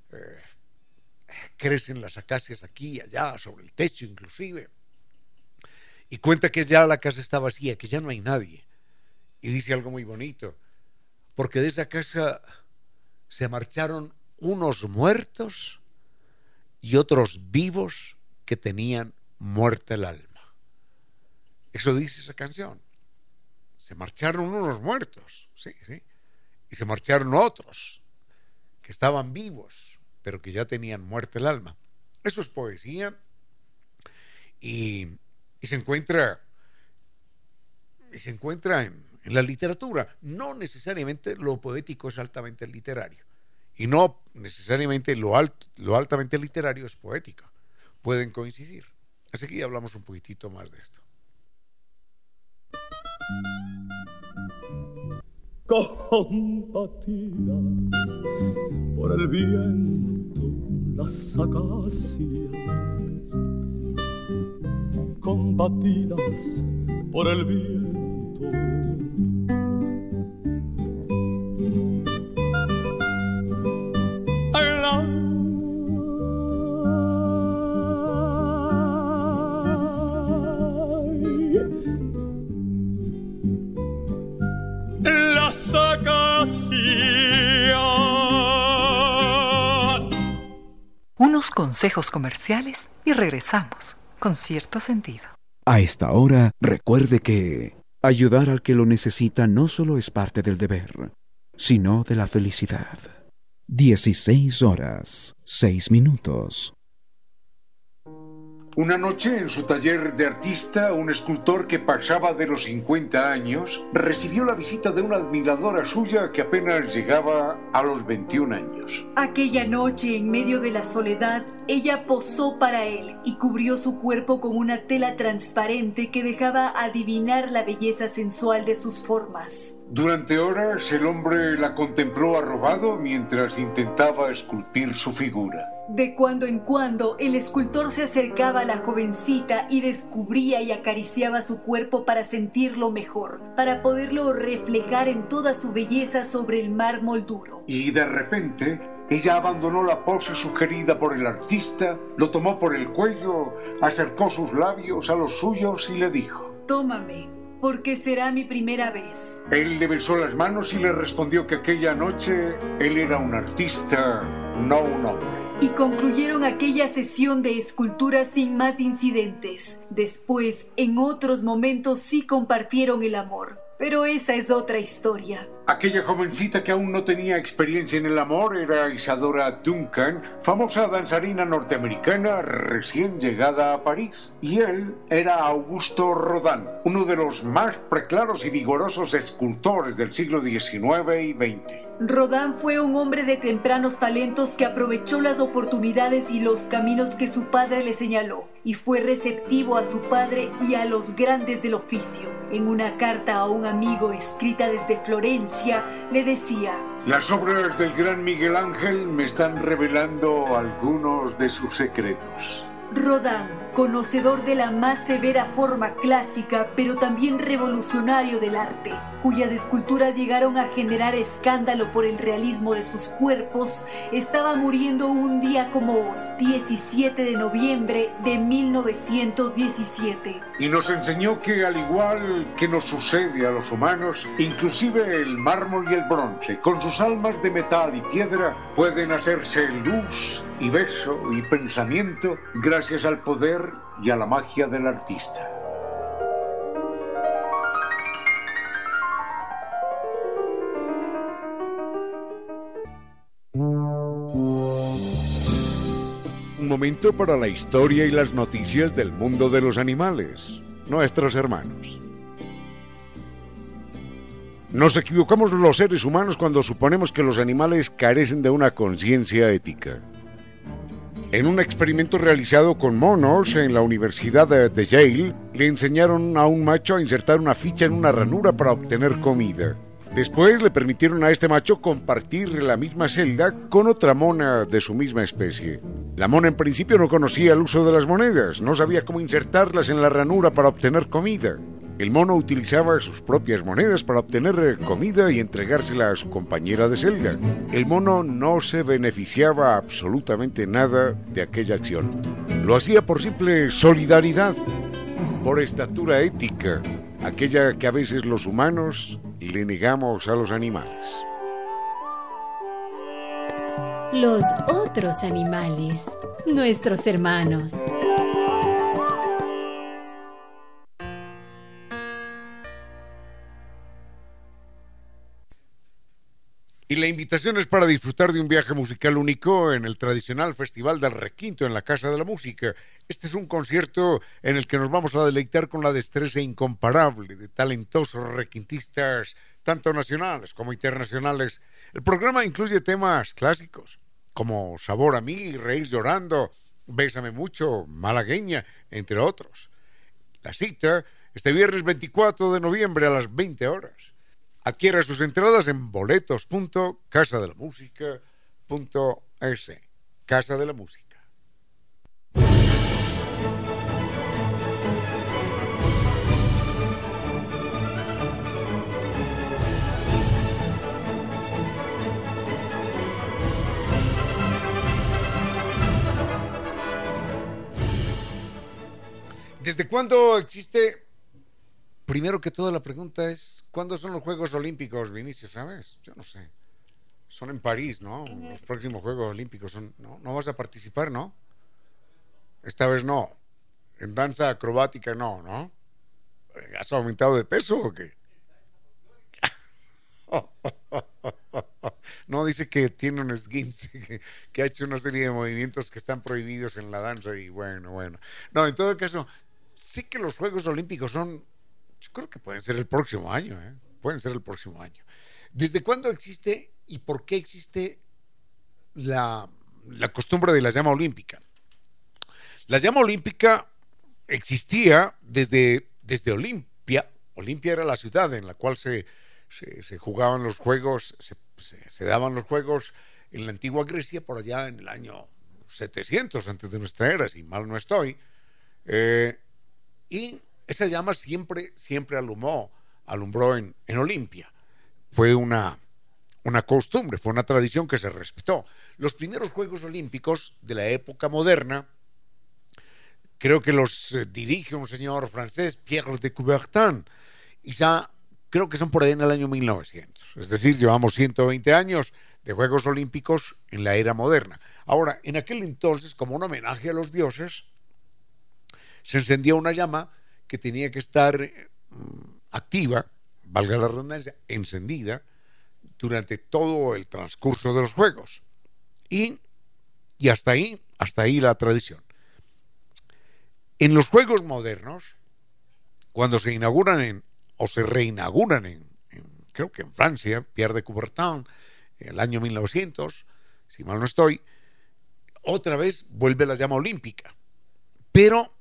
crecen las acacias aquí y allá, sobre el techo inclusive. Y cuenta que ya la casa está vacía, que ya no hay nadie. Y dice algo muy bonito, porque de esa casa se marcharon unos muertos y otros vivos que tenían muerta el alma. Eso dice esa canción. Se marcharon unos muertos, sí, sí, y se marcharon otros que estaban vivos, pero que ya tenían muerta el alma. Eso es poesía y se encuentra en la literatura. No necesariamente lo poético es altamente literario y no necesariamente lo altamente literario es poético. Pueden coincidir. Así que ya hablamos un poquitito más de esto. Combatidas por el viento las acacias, combatidas por el viento, las acacias. Unos consejos comerciales y regresamos con cierto sentido. A esta hora, recuerde que ayudar al que lo necesita no solo es parte del deber, sino de la felicidad. 16:06. Una noche en su taller de artista, un escultor que pasaba de los 50 años recibió la visita de una admiradora suya que apenas llegaba a los 21 años. Aquella noche, en medio de la soledad, ella posó para él y cubrió su cuerpo con una tela transparente que dejaba adivinar la belleza sensual de sus formas. Durante horas el hombre la contempló arrobado mientras intentaba esculpir su figura. De cuando en cuando, el escultor se acercaba a la jovencita y descubría y acariciaba su cuerpo para sentirlo mejor, para poderlo reflejar en toda su belleza sobre el mármol duro. Y de repente, ella abandonó la pose sugerida por el artista, lo tomó por el cuello, acercó sus labios a los suyos y le dijo: «Tómame, porque será mi primera vez». Él le besó las manos y le respondió que aquella noche él era un artista, no un hombre. Y concluyeron aquella sesión de escultura sin más incidentes. Después, en otros momentos sí compartieron el amor. Pero esa es otra historia. Aquella jovencita que aún no tenía experiencia en el amor era Isadora Duncan, famosa danzarina norteamericana recién llegada a París. Y él era Augusto Rodin, uno de los más preclaros y vigorosos escultores del siglo XIX y XX. Rodin fue un hombre de tempranos talentos que aprovechó las oportunidades y los caminos que su padre le señaló, y fue receptivo a su padre y a los grandes del oficio. En una carta a un amigo escrita desde Florencia, le decía: las obras del gran Miguel Ángel me están revelando algunos de sus secretos. Rodin, conocedor de la más severa forma clásica, pero también revolucionario del arte, cuyas esculturas llegaron a generar escándalo por el realismo de sus cuerpos, estaba muriendo un día como hoy, 17 de noviembre de 1917. Y nos enseñó que, al igual que nos sucede a los humanos, inclusive el mármol y el bronce, con sus almas de metal y piedra, pueden hacerse luz y beso y pensamiento gracias al poder y a la magia del artista. Un momento para la historia y las noticias del mundo de los animales, nuestros hermanos. Nos equivocamos los seres humanos cuando suponemos que los animales carecen de una conciencia ética. En un experimento realizado con monos en la Universidad de Yale, le enseñaron a un macho a insertar una ficha en una ranura para obtener comida. Después le permitieron a este macho compartir la misma celda con otra mona de su misma especie. La mona en principio no conocía el uso de las monedas, no sabía cómo insertarlas en la ranura para obtener comida. El mono utilizaba sus propias monedas para obtener comida y entregársela a su compañera de celda. El mono no se beneficiaba absolutamente nada de aquella acción. Lo hacía por simple solidaridad, por estatura ética, aquella que a veces los humanos le negamos a los animales. Los otros animales, nuestros hermanos. Y la invitación es para disfrutar de un viaje musical único en el tradicional Festival del Requinto en la Casa de la Música. Este es un concierto en el que nos vamos a deleitar con la destreza incomparable de talentosos requintistas, tanto nacionales como internacionales. El programa incluye temas clásicos, como Sabor a mí, Reír llorando, Bésame mucho, Malagueña, entre otros. La cita, este viernes 24 de noviembre a las 20 horas. Adquiera sus entradas en boletos.casadelamusica.es. Casa de la Música. ¿Desde cuándo existe? Primero que todo la pregunta es, ¿cuándo son los Juegos Olímpicos, Vinicio? ¿Sabes? Yo no sé. Son en París, ¿no? Los próximos Juegos Olímpicos son... ¿No vas a participar, no? Esta vez no. En danza acrobática no. ¿Has aumentado de peso o qué? No, dice que tiene un esguince, que ha hecho una serie de movimientos que están prohibidos en la danza y bueno. No, en todo caso, sé que los Juegos Olímpicos son... Yo creo que pueden ser el próximo año, pueden ser el próximo año. ¿Desde cuándo existe y por qué existe la costumbre de la llama olímpica? La llama olímpica existía desde Olimpia. Olimpia era la ciudad en la cual se jugaban los juegos, se daban los juegos en la antigua Grecia, por allá en el año 700 antes de nuestra era, si mal no estoy. Y esa llama siempre alumbró en Olimpia. Fue una costumbre, fue una tradición que se respetó. Los primeros Juegos Olímpicos de la época moderna, creo que los dirige un señor francés, Pierre de Coubertin, y ya creo que son por ahí en el año 1900. Es decir, llevamos 120 años de Juegos Olímpicos en la era moderna. Ahora, en aquel entonces, como un homenaje a los dioses, se encendía una llama que tenía que estar activa, valga la redundancia, encendida, durante todo el transcurso de los Juegos. Y hasta ahí la tradición. En los Juegos modernos, cuando se inauguran se reinauguran creo que en Francia, Pierre de Coubertin, en el año 1900, si mal no estoy, otra vez vuelve la llama olímpica. Pero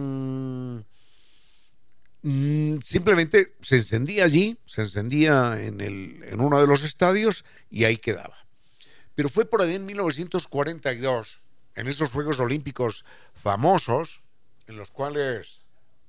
simplemente se encendía allí, se encendía en uno de los estadios y ahí quedaba. Pero fue por ahí en 1942, en esos Juegos Olímpicos famosos, en los cuales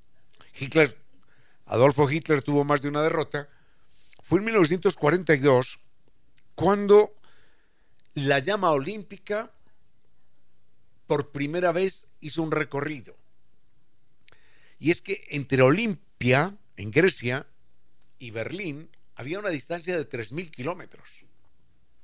Adolfo Hitler tuvo más de una derrota. Fue en 1942 cuando la llama olímpica por primera vez hizo un recorrido. Y es que entre Olimpia, en Grecia, y Berlín había una distancia de 3.000 kilómetros.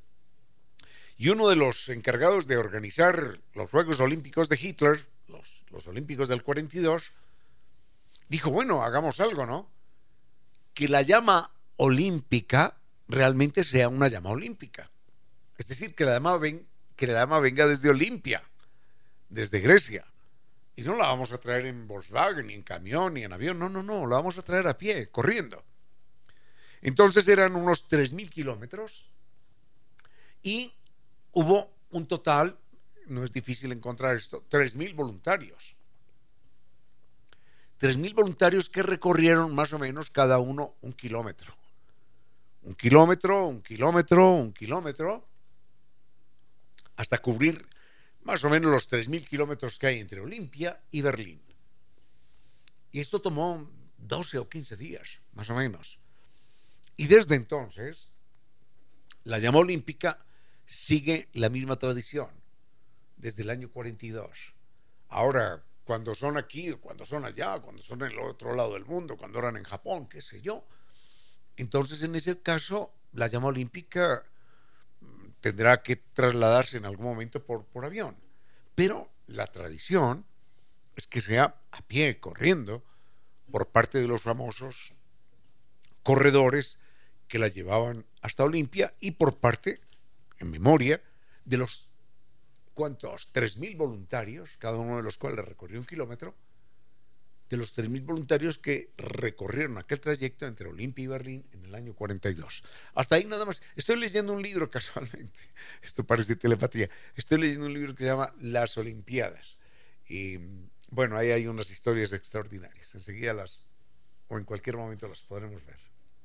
Y uno de los encargados de organizar los Juegos Olímpicos de Hitler, los los Olímpicos del 42, dijo, bueno, hagamos algo, ¿no? Que la llama olímpica realmente sea una llama olímpica. Es decir, que la llama venga desde Olimpia, desde Grecia. Y no la vamos a traer en Volkswagen, ni en camión, ni en avión. No, la vamos a traer a pie, corriendo. Entonces eran unos 3.000 kilómetros y hubo un total, no es difícil encontrar esto, 3.000 voluntarios. 3.000 voluntarios que recorrieron más o menos cada uno 1 kilómetro. 1 kilómetro, 1 kilómetro, 1 kilómetro, hasta cubrir más o menos los 3.000 kilómetros que hay entre Olimpia y Berlín. Y esto tomó 12 o 15 días, más o menos. Y desde entonces, la llama olímpica sigue la misma tradición, desde el año 42. Ahora, cuando son aquí, cuando son allá, cuando son en el otro lado del mundo, cuando eran en Japón, qué sé yo, entonces en ese caso, la llama olímpica tendrá que trasladarse en algún momento por avión. Pero la tradición es que sea a pie, corriendo, por parte de los famosos corredores que la llevaban hasta Olimpia y por parte, en memoria, de los, ¿cuántos? 3.000 voluntarios, cada uno de los cuales recorrió 1 kilómetro, de los 3.000 voluntarios que recorrieron aquel trayecto entre Olimpia y Berlín en el año 42. Hasta ahí nada más. Estoy leyendo un libro casualmente, esto parece telepatía, estoy leyendo un libro que se llama Las Olimpiadas. Y bueno, ahí hay unas historias extraordinarias. Enseguida o en cualquier momento las podremos ver.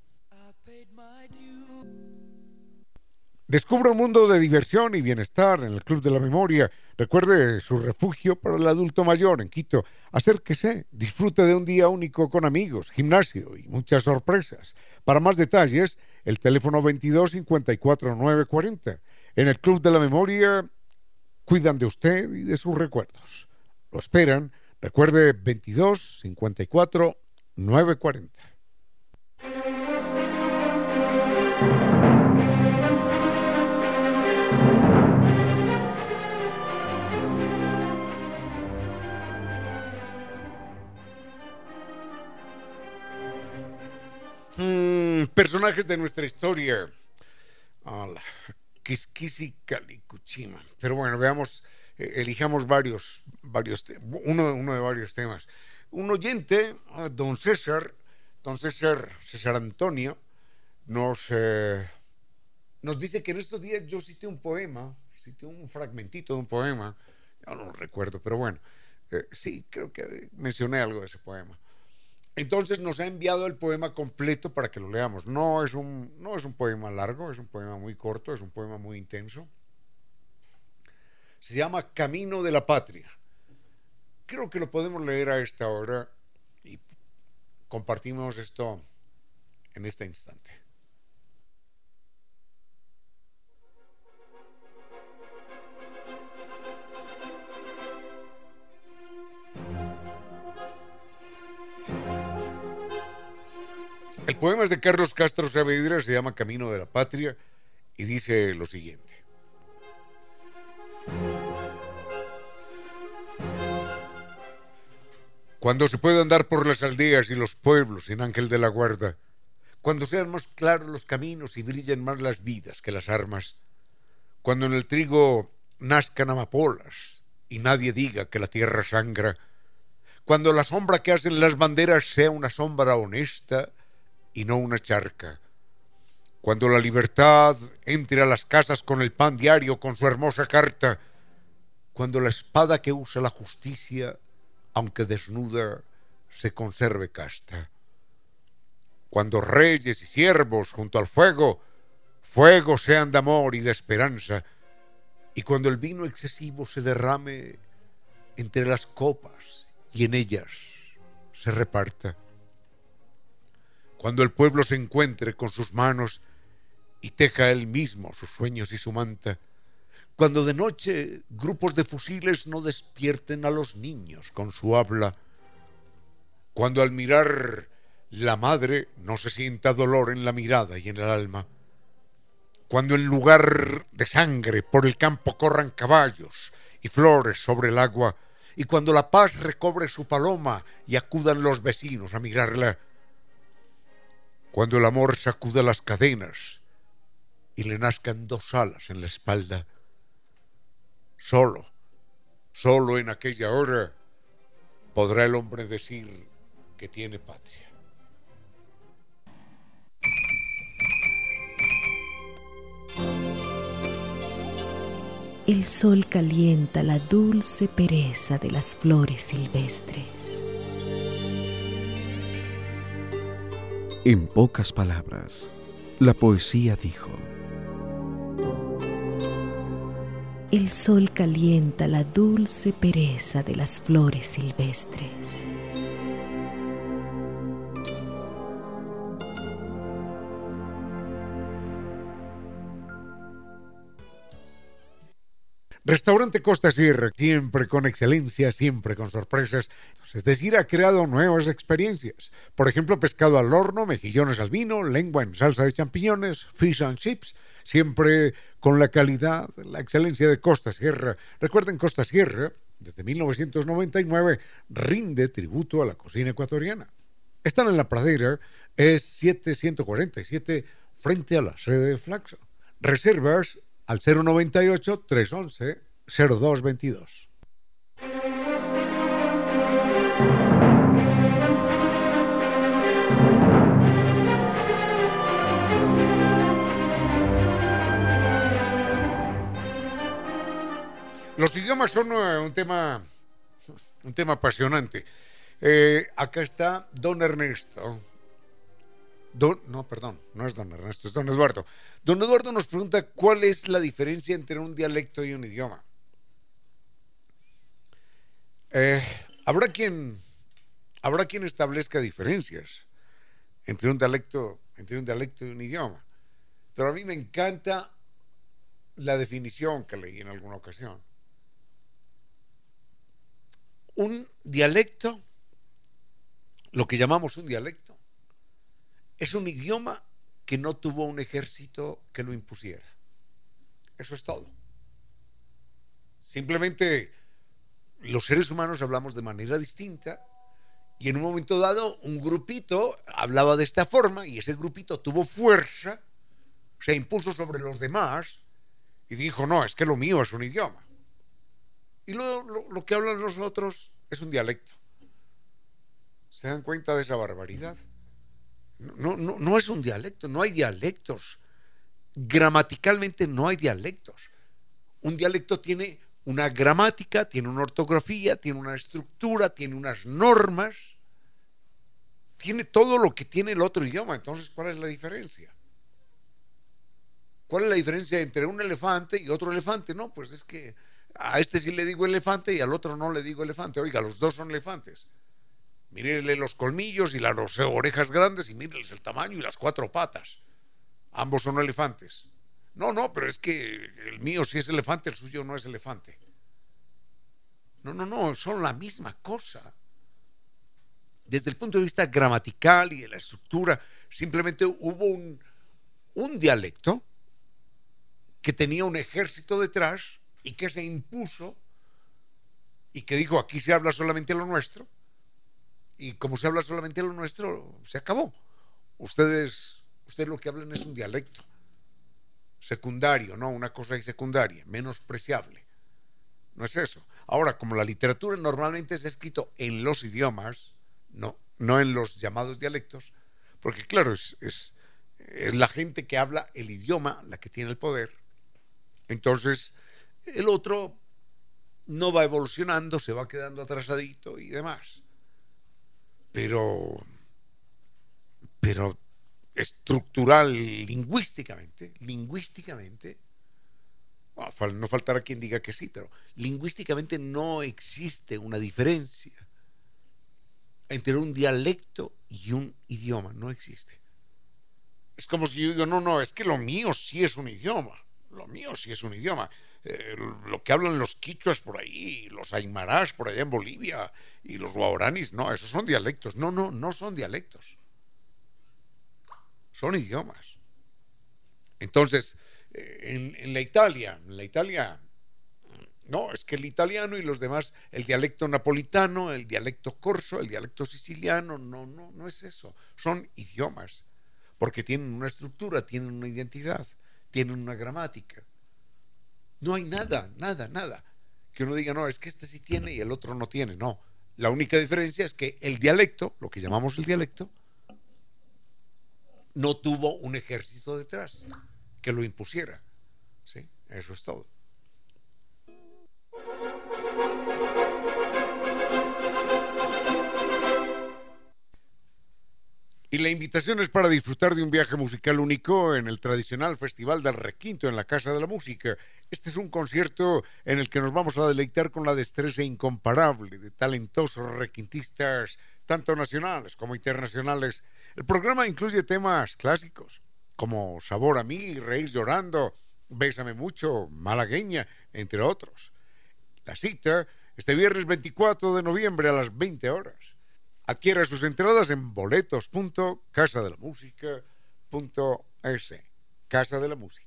Descubra un mundo de diversión y bienestar en el Club de la Memoria. Recuerde su refugio para el adulto mayor en Quito. Acérquese, disfrute de un día único con amigos, gimnasio y muchas sorpresas. Para más detalles, el teléfono 22 54 940. En el Club de la Memoria cuidan de usted y de sus recuerdos. Lo esperan. Recuerde 22 54 940. Personajes de nuestra historia. Kiskisi Kalikuchima. Pero bueno, veamos, elijamos uno de varios temas. Un oyente, don César Antonio, nos dice que en estos días yo cité un fragmentito de un poema, yo no lo recuerdo, pero bueno, sí, creo que mencioné algo de ese poema. Entonces nos ha enviado el poema completo para que lo leamos. No es un poema largo, es un poema muy corto, es un poema muy intenso. Se llama Camino de la Patria. Creo que lo podemos leer a esta hora y compartimos esto en este instante. El poema es de Carlos Castro Saavedra, se llama Camino de la Patria y dice lo siguiente. Cuando se pueda andar por las aldeas y los pueblos sin ángel de la guarda, cuando sean más claros los caminos y brillen más las vidas que las armas, cuando en el trigo nazcan amapolas y nadie diga que la tierra sangra, cuando la sombra que hacen las banderas sea una sombra honesta y no una charca, cuando la libertad entre a las casas con el pan diario, con su hermosa carta, cuando la espada que usa la justicia, aunque desnuda, se conserve casta, cuando reyes y siervos junto al fuego sean de amor y de esperanza, y cuando el vino excesivo se derrame entre las copas y en ellas se reparta, cuando el pueblo se encuentre con sus manos y teja él mismo sus sueños y su manta, cuando de noche grupos de fusiles no despierten a los niños con su habla, cuando al mirar la madre no se sienta dolor en la mirada y en el alma, cuando en lugar de sangre por el campo corran caballos y flores sobre el agua, y cuando la paz recobre su paloma y acudan los vecinos a mirarla, cuando el amor sacuda las cadenas y le nazcan dos alas en la espalda, solo en aquella hora podrá el hombre decir que tiene patria. El sol calienta la dulce pereza de las flores silvestres. En pocas palabras, la poesía dijo: El sol calienta la dulce pereza de las flores silvestres. Restaurante Costa Sierra, siempre con excelencia, siempre con sorpresas. Es decir, ha creado nuevas experiencias. Por ejemplo, pescado al horno, mejillones al vino, lengua en salsa de champiñones, fish and chips, siempre con la calidad, la excelencia de Costa Sierra. Recuerden, Costa Sierra, desde 1999, rinde tributo a la cocina ecuatoriana. Están en La Pradera, es 7147, frente a la sede de Flaxo. Reservas al 098-311-0222. Los idiomas son un tema apasionante. Acá está don Ernesto. No es don Ernesto, es don Eduardo. Don Eduardo nos pregunta cuál es la diferencia entre un dialecto y un idioma. Habrá quien establezca diferencias entre un dialecto y un idioma, pero a mí me encanta la definición que leí en alguna ocasión. Un dialecto, lo que llamamos un dialecto, es un idioma que no tuvo un ejército que lo impusiera. Eso es todo. Simplemente los seres humanos hablamos de manera distinta y en un momento dado un grupito hablaba de esta forma y ese grupito tuvo fuerza, se impuso sobre los demás y dijo, no, es que lo mío es un idioma. Y lo que hablan los otros es un dialecto. ¿Se dan cuenta de esa barbaridad? No es un dialecto, no hay dialectos. Gramaticalmente no hay dialectos. Un dialecto tiene una gramática, tiene una ortografía, tiene una estructura, tiene unas normas, tiene todo lo que tiene el otro idioma. Entonces, ¿cuál es la diferencia? ¿Cuál es la diferencia entre un elefante y otro elefante? No, pues es que a este sí le digo elefante y al otro no le digo elefante. Oiga, los dos son elefantes. Mírenle los colmillos y las orejas grandes y mírenles el tamaño y las cuatro patas. Ambos son elefantes. No, pero es que el mío sí es elefante, el suyo no es elefante. No, son la misma cosa. Desde el punto de vista gramatical y de la estructura, simplemente hubo un dialecto que tenía un ejército detrás y que se impuso y que dijo, aquí se habla solamente lo nuestro. Y como se habla solamente lo nuestro, se acabó. Ustedes lo que hablan es un dialecto secundario, ¿no? Una cosa ahí secundaria, menospreciable. No es eso. Ahora, como la literatura normalmente es escrito en los idiomas, no en los llamados dialectos, porque claro, es la gente que habla el idioma la que tiene el poder. Entonces, el otro no va evolucionando, se va quedando atrasadito y demás. Pero estructural, lingüísticamente, no faltará quien diga que sí, pero lingüísticamente no existe una diferencia entre un dialecto y un idioma, no existe. Es como si yo digo, no, es que lo mío sí es un idioma, lo que hablan los quichuas por ahí, los aymarás por allá en Bolivia y los guaraníes, no, esos son dialectos. No son dialectos, son idiomas. Entonces, en la Italia No, es que el italiano y los demás, el dialecto napolitano, el dialecto corso, el dialecto siciliano, no es eso. Son idiomas, porque tienen una estructura, tienen una identidad, tienen una gramática. No hay nada que uno diga, no, es que este sí tiene y el otro no tiene. No, la única diferencia es que el dialecto, lo que llamamos el dialecto, no tuvo un ejército detrás que lo impusiera. ¿Sí? Eso es todo. Y la invitación es para disfrutar de un viaje musical único en el tradicional Festival del Requinto en la Casa de la Música. Este es un concierto en el que nos vamos a deleitar con la destreza incomparable de talentosos requintistas, tanto nacionales como internacionales. El programa incluye temas clásicos, como Sabor a mí, Reír llorando, Bésame mucho, Malagueña, entre otros. La cita, este viernes 24 de noviembre a las 20 horas. Adquiera sus entradas en boletos.casadelamusica.es. Casa de la Música.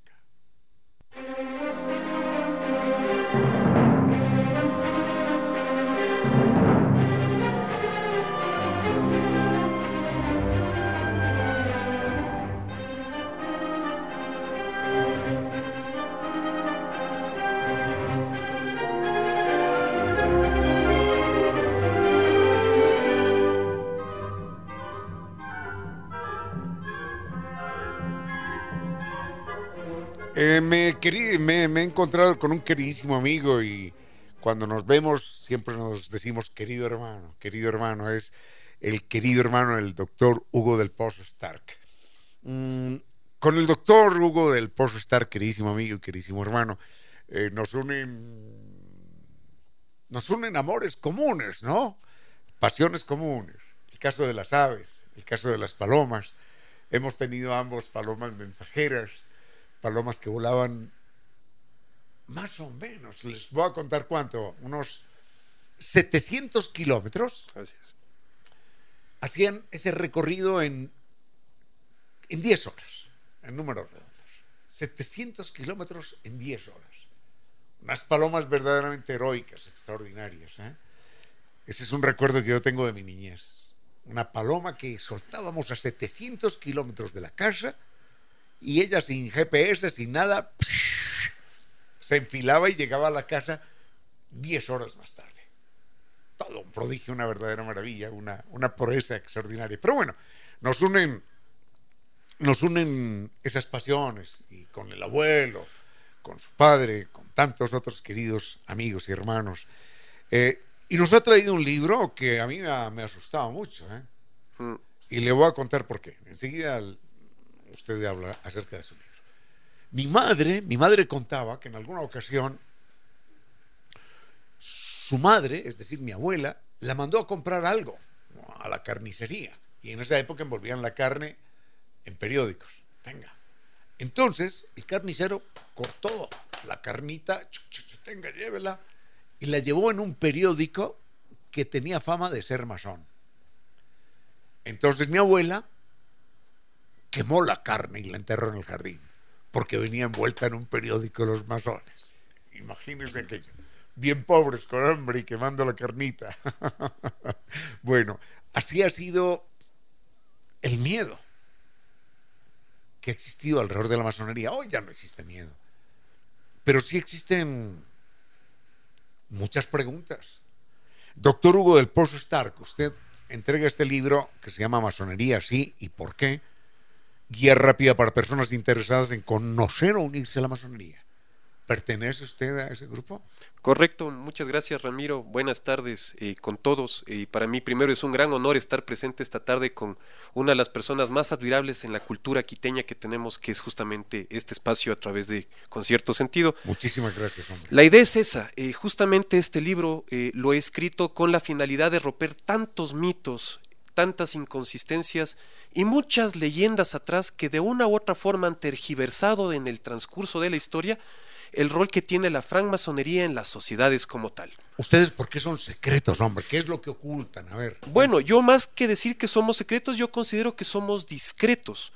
Me he encontrado con un queridísimo amigo y cuando nos vemos siempre nos decimos querido hermano, es el querido hermano del doctor Hugo del Pozo Stark. Con el doctor Hugo del Pozo Stark, queridísimo amigo y queridísimo hermano, nos unen amores comunes, ¿no? Pasiones comunes. El caso de las aves, el caso de las palomas. Hemos tenido ambos palomas mensajeras, palomas que volaban más o menos, les voy a contar cuánto, unos 700 kilómetros. Así es. Hacían ese recorrido en 10 horas, en números redondos. 700 kilómetros en 10 horas. Unas palomas verdaderamente heroicas, extraordinarias, ¿eh? Ese es un recuerdo que yo tengo de mi niñez. Una paloma que soltábamos a 700 kilómetros de la casa y ella sin GPS, sin nada, se enfilaba y llegaba a la casa 10 horas más tarde. Todo un prodigio, una verdadera maravilla, una proeza extraordinaria. Pero bueno, nos unen esas pasiones, y con el abuelo, con su padre, con tantos otros queridos amigos y hermanos. Y nos ha traído un libro que a mí me ha asustado mucho, ¿eh? Y le voy a contar por qué. Enseguida usted habla acerca de su libro. Mi madre contaba que en alguna ocasión su madre, es decir, mi abuela, la mandó a comprar algo a la carnicería. Y en esa época envolvían la carne en periódicos. Venga. Entonces, el carnicero cortó la carnita, tenga, llévela, y la llevó en un periódico que tenía fama de ser masón. Entonces mi abuela quemó la carne y la enterró en el jardín, porque venía envuelta en un periódico de los masones. Imagínense aquello. Bien pobres, con hambre y quemando la carnita. Bueno, así ha sido el miedo que ha existido alrededor de la masonería. Hoy ya no existe miedo, pero sí existen muchas preguntas. Doctor Hugo del Pozo Stark, usted entrega este libro que se llama Masonería, sí y por qué, guía rápida para personas interesadas en conocer o unirse a la masonería. ¿Pertenece usted a ese grupo? Correcto, muchas gracias, Ramiro. Buenas tardes con todos. Para mí primero es un gran honor estar presente esta tarde con una de las personas más admirables en la cultura quiteña que tenemos, que es justamente este espacio a través de Concierto Sentido. Muchísimas gracias, hombre. La idea es esa, justamente este libro lo he escrito con la finalidad de romper tantos mitos, tantas inconsistencias y muchas leyendas atrás que de una u otra forma han tergiversado en el transcurso de la historia el rol que tiene la francmasonería en las sociedades como tal. ¿Ustedes por qué son secretos, hombre? ¿Qué es lo que ocultan? A ver. Bueno, yo más que decir que somos secretos, yo considero que somos discretos.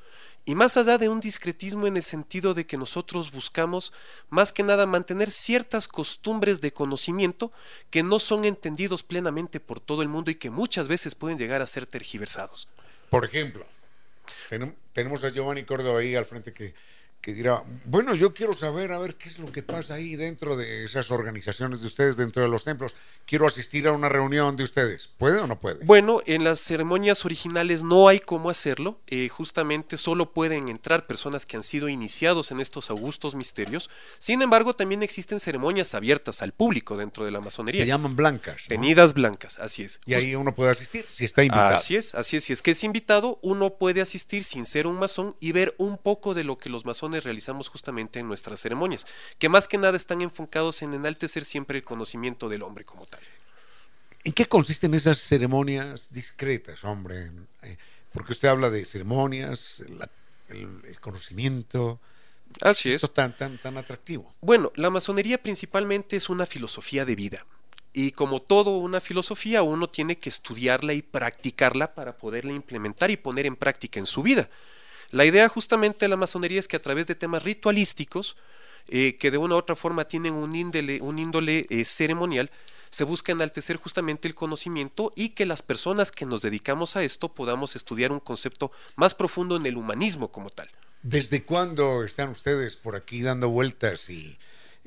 Y más allá de un discretismo en el sentido de que nosotros buscamos más que nada mantener ciertas costumbres de conocimiento que no son entendidos plenamente por todo el mundo y que muchas veces pueden llegar a ser tergiversados. Por ejemplo, tenemos a Giovanni Córdoba ahí al frente que dirá, bueno, yo quiero saber a ver qué es lo que pasa ahí dentro de esas organizaciones de ustedes, dentro de los templos. Quiero asistir a una reunión de ustedes. ¿Puede o no puede? Bueno, en las ceremonias originales no hay cómo hacerlo. Justamente solo pueden entrar personas que han sido iniciados en estos augustos misterios. Sin embargo, también existen ceremonias abiertas al público dentro de la masonería. Se llaman blancas, ¿no? Tenidas blancas, así es. Y ahí uno puede asistir si está invitado. Así es. Si es que es invitado, uno puede asistir sin ser un masón y ver un poco de lo que los masones realizamos justamente en nuestras ceremonias, que más que nada están enfocados en enaltecer siempre el conocimiento del hombre como tal. ¿En qué consisten esas ceremonias discretas, hombre? Porque usted habla de ceremonias, el conocimiento. Así esto es. tan atractivo. Bueno, la masonería principalmente es una filosofía de vida. Y como todo una filosofía, uno tiene que estudiarla y practicarla para poderla implementar y poner en práctica en su vida. La idea justamente de la masonería es que a través de temas ritualísticos, que de una u otra forma tienen un índole ceremonial, se busca enaltecer justamente el conocimiento y que las personas que nos dedicamos a esto podamos estudiar un concepto más profundo en el humanismo como tal. ¿Desde cuándo están ustedes por aquí dando vueltas y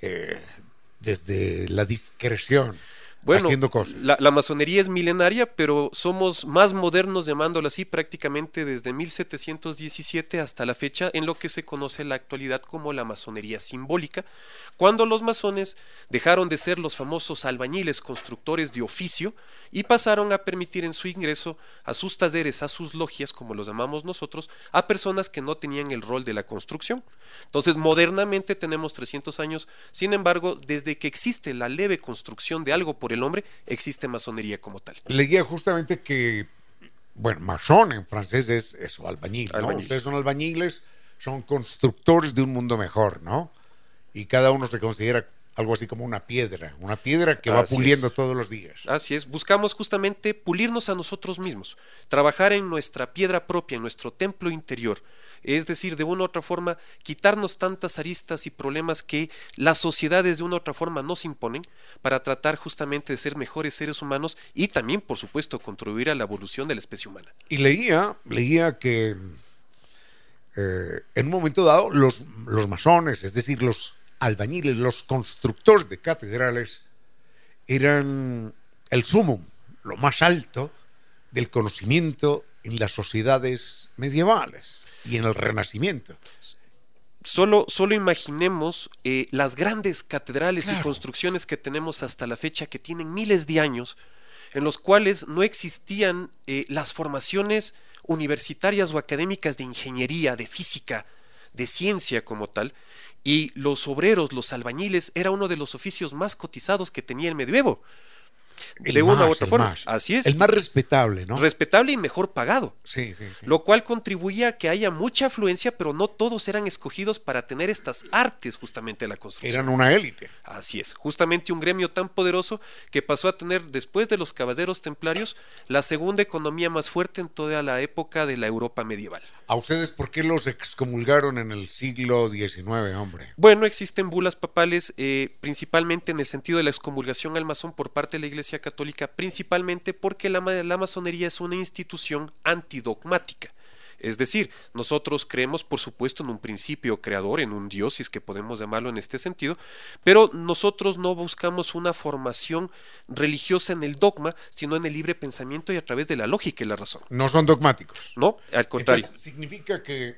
desde la discreción? Bueno, haciendo cosas. La masonería es milenaria, pero somos más modernos, llamándolo así, prácticamente desde 1717 hasta la fecha, en lo que se conoce en la actualidad como la masonería simbólica, cuando los masones dejaron de ser los famosos albañiles constructores de oficio y pasaron a permitir en su ingreso a sus talleres, a sus logias, como los llamamos nosotros, a personas que no tenían el rol de la construcción. Entonces, modernamente tenemos 300 años, sin embargo, desde que existe la leve construcción de algo por el hombre, existe masonería como tal. Leía justamente que, bueno, masón en francés es eso, albañil, ¿no? Albañil. Ustedes son albañiles, son constructores de un mundo mejor, ¿no? Y cada uno se considera algo así como una piedra que va puliendo todos los días. Así es, buscamos justamente pulirnos a nosotros mismos, trabajar en nuestra piedra propia, en nuestro templo interior, es decir, de una u otra forma, quitarnos tantas aristas y problemas que las sociedades de una u otra forma nos imponen para tratar justamente de ser mejores seres humanos y también, por supuesto, contribuir a la evolución de la especie humana. Y leía que en un momento dado los masones, es decir, los albañiles, los constructores de catedrales, eran el sumum, lo más alto del conocimiento en las sociedades medievales y en el Renacimiento. Solo imaginemos las grandes catedrales Claro. y construcciones que tenemos hasta la fecha, que tienen miles de años, en los cuales no existían las formaciones universitarias o académicas de ingeniería, de física, de ciencia como tal, y los obreros, los albañiles, era uno de los oficios más cotizados que tenía el medievo. De una u otra forma. Así es. El más respetable, ¿no? Respetable y mejor pagado. Sí. Lo cual contribuía a que haya mucha afluencia, pero no todos eran escogidos para tener estas artes justamente de la construcción. Eran una élite. Así es, justamente un gremio tan poderoso que pasó a tener, después de los caballeros templarios, la segunda economía más fuerte en toda la época de la Europa medieval. ¿A ustedes por qué los excomulgaron en el siglo XIX, hombre? Bueno, existen bulas papales, principalmente en el sentido de la excomulgación al masón por parte de la Iglesia Católica, principalmente porque la masonería es una institución antidogmática. Es decir, nosotros creemos, por supuesto, en un principio creador, en un Dios, si es que podemos llamarlo en este sentido, pero nosotros no buscamos una formación religiosa en el dogma, sino en el libre pensamiento y a través de la lógica y la razón. No son dogmáticos. No, al contrario. Entonces, significa que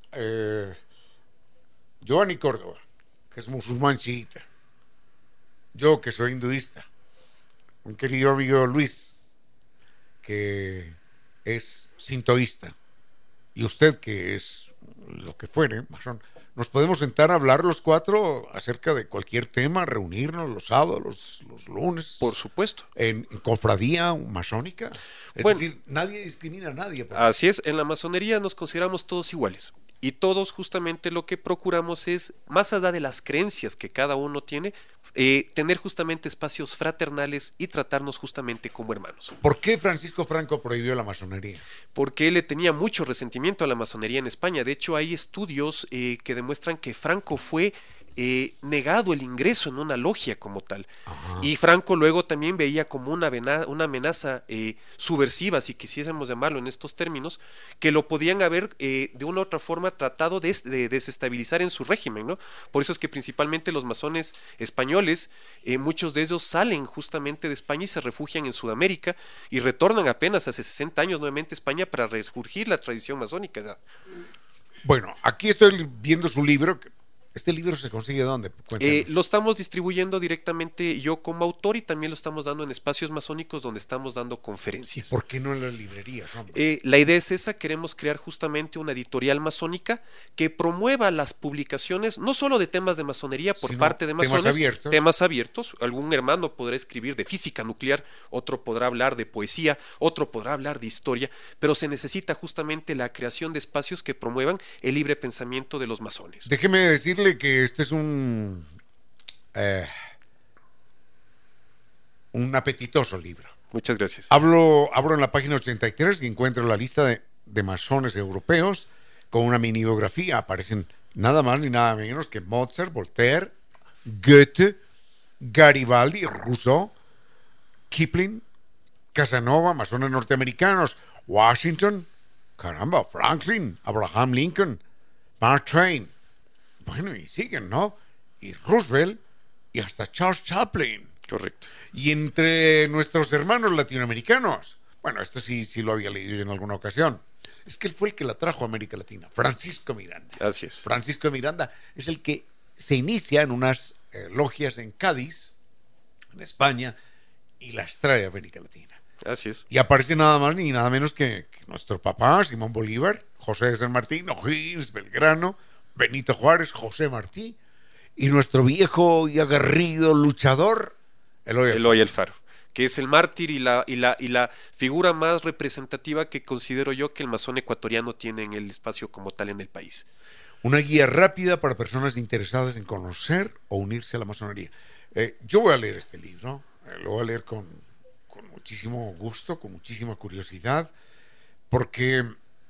Giovanni Córdoba, que es musulmán chiita, yo que soy hinduista, un querido amigo Luis, que es sintoísta, y usted que es lo que fuere, masón, nos podemos sentar a hablar los cuatro acerca de cualquier tema, reunirnos los sábados, los lunes. Por supuesto. En cofradía masónica. Es Bueno, decir, nadie discrimina a nadie. Así es, en la masonería nos consideramos todos iguales. Y todos justamente lo que procuramos es, más allá de las creencias que cada uno tiene, tener justamente espacios fraternales y tratarnos justamente como hermanos. ¿Por qué Francisco Franco prohibió la masonería? Porque él le tenía mucho resentimiento a la masonería en España. De hecho, hay estudios que demuestran que Franco fue negado el ingreso en una logia como tal. Ajá. Y Franco luego también veía como una amenaza subversiva, si quisiésemos llamarlo en estos términos, que lo podían haber de una u otra forma tratado de desestabilizar en su régimen, ¿no? Por eso es que principalmente los masones españoles, muchos de ellos salen justamente de España y se refugian en Sudamérica y retornan apenas hace 60 años nuevamente a España para resurgir la tradición masónica. ¿Ya? Bueno, aquí estoy viendo su libro. ¿Este libro se consigue dónde? Lo estamos distribuyendo directamente yo como autor y también lo estamos dando en espacios masónicos donde estamos dando conferencias. ¿Por qué no en las librerías? La idea es esa, queremos crear justamente una editorial masónica que promueva las publicaciones, no solo de temas de masonería por parte de masones, temas abiertos. Algún hermano podrá escribir de física nuclear, otro podrá hablar de poesía, otro podrá hablar de historia, pero se necesita justamente la creación de espacios que promuevan el libre pensamiento de los masones. Déjeme decirle que este es un apetitoso libro. Muchas gracias. Abro en la página 83 y encuentro la lista de masones europeos con una mini biografía. Aparecen nada más ni nada menos que Mozart, Voltaire, Goethe, Garibaldi, Rousseau, Kipling, Casanova, masones norteamericanos, Washington, caramba, Franklin, Abraham Lincoln, Mark Twain. Bueno, y siguen, ¿no? Y Roosevelt y hasta Charles Chaplin. Correcto. Y entre nuestros hermanos latinoamericanos, bueno, esto sí lo había leído yo en alguna ocasión, es que él fue el que la trajo a América Latina, Francisco Miranda. Así es. Francisco Miranda es el que se inicia en unas logias en Cádiz, en España, y las trae a América Latina. Así es. Y aparece nada más ni nada menos que nuestro papá, Simón Bolívar, José de San Martín, O'Higgins, Belgrano, Benito Juárez, José Martí, y nuestro viejo y aguerrido luchador, Eloy Alfaro, que es el mártir y la figura más representativa que considero yo que el masón ecuatoriano tiene en el espacio como tal en el país. Una guía rápida para personas interesadas en conocer o unirse a la masonería. Yo voy a leer este libro, lo voy a leer con muchísimo gusto, con muchísima curiosidad, porque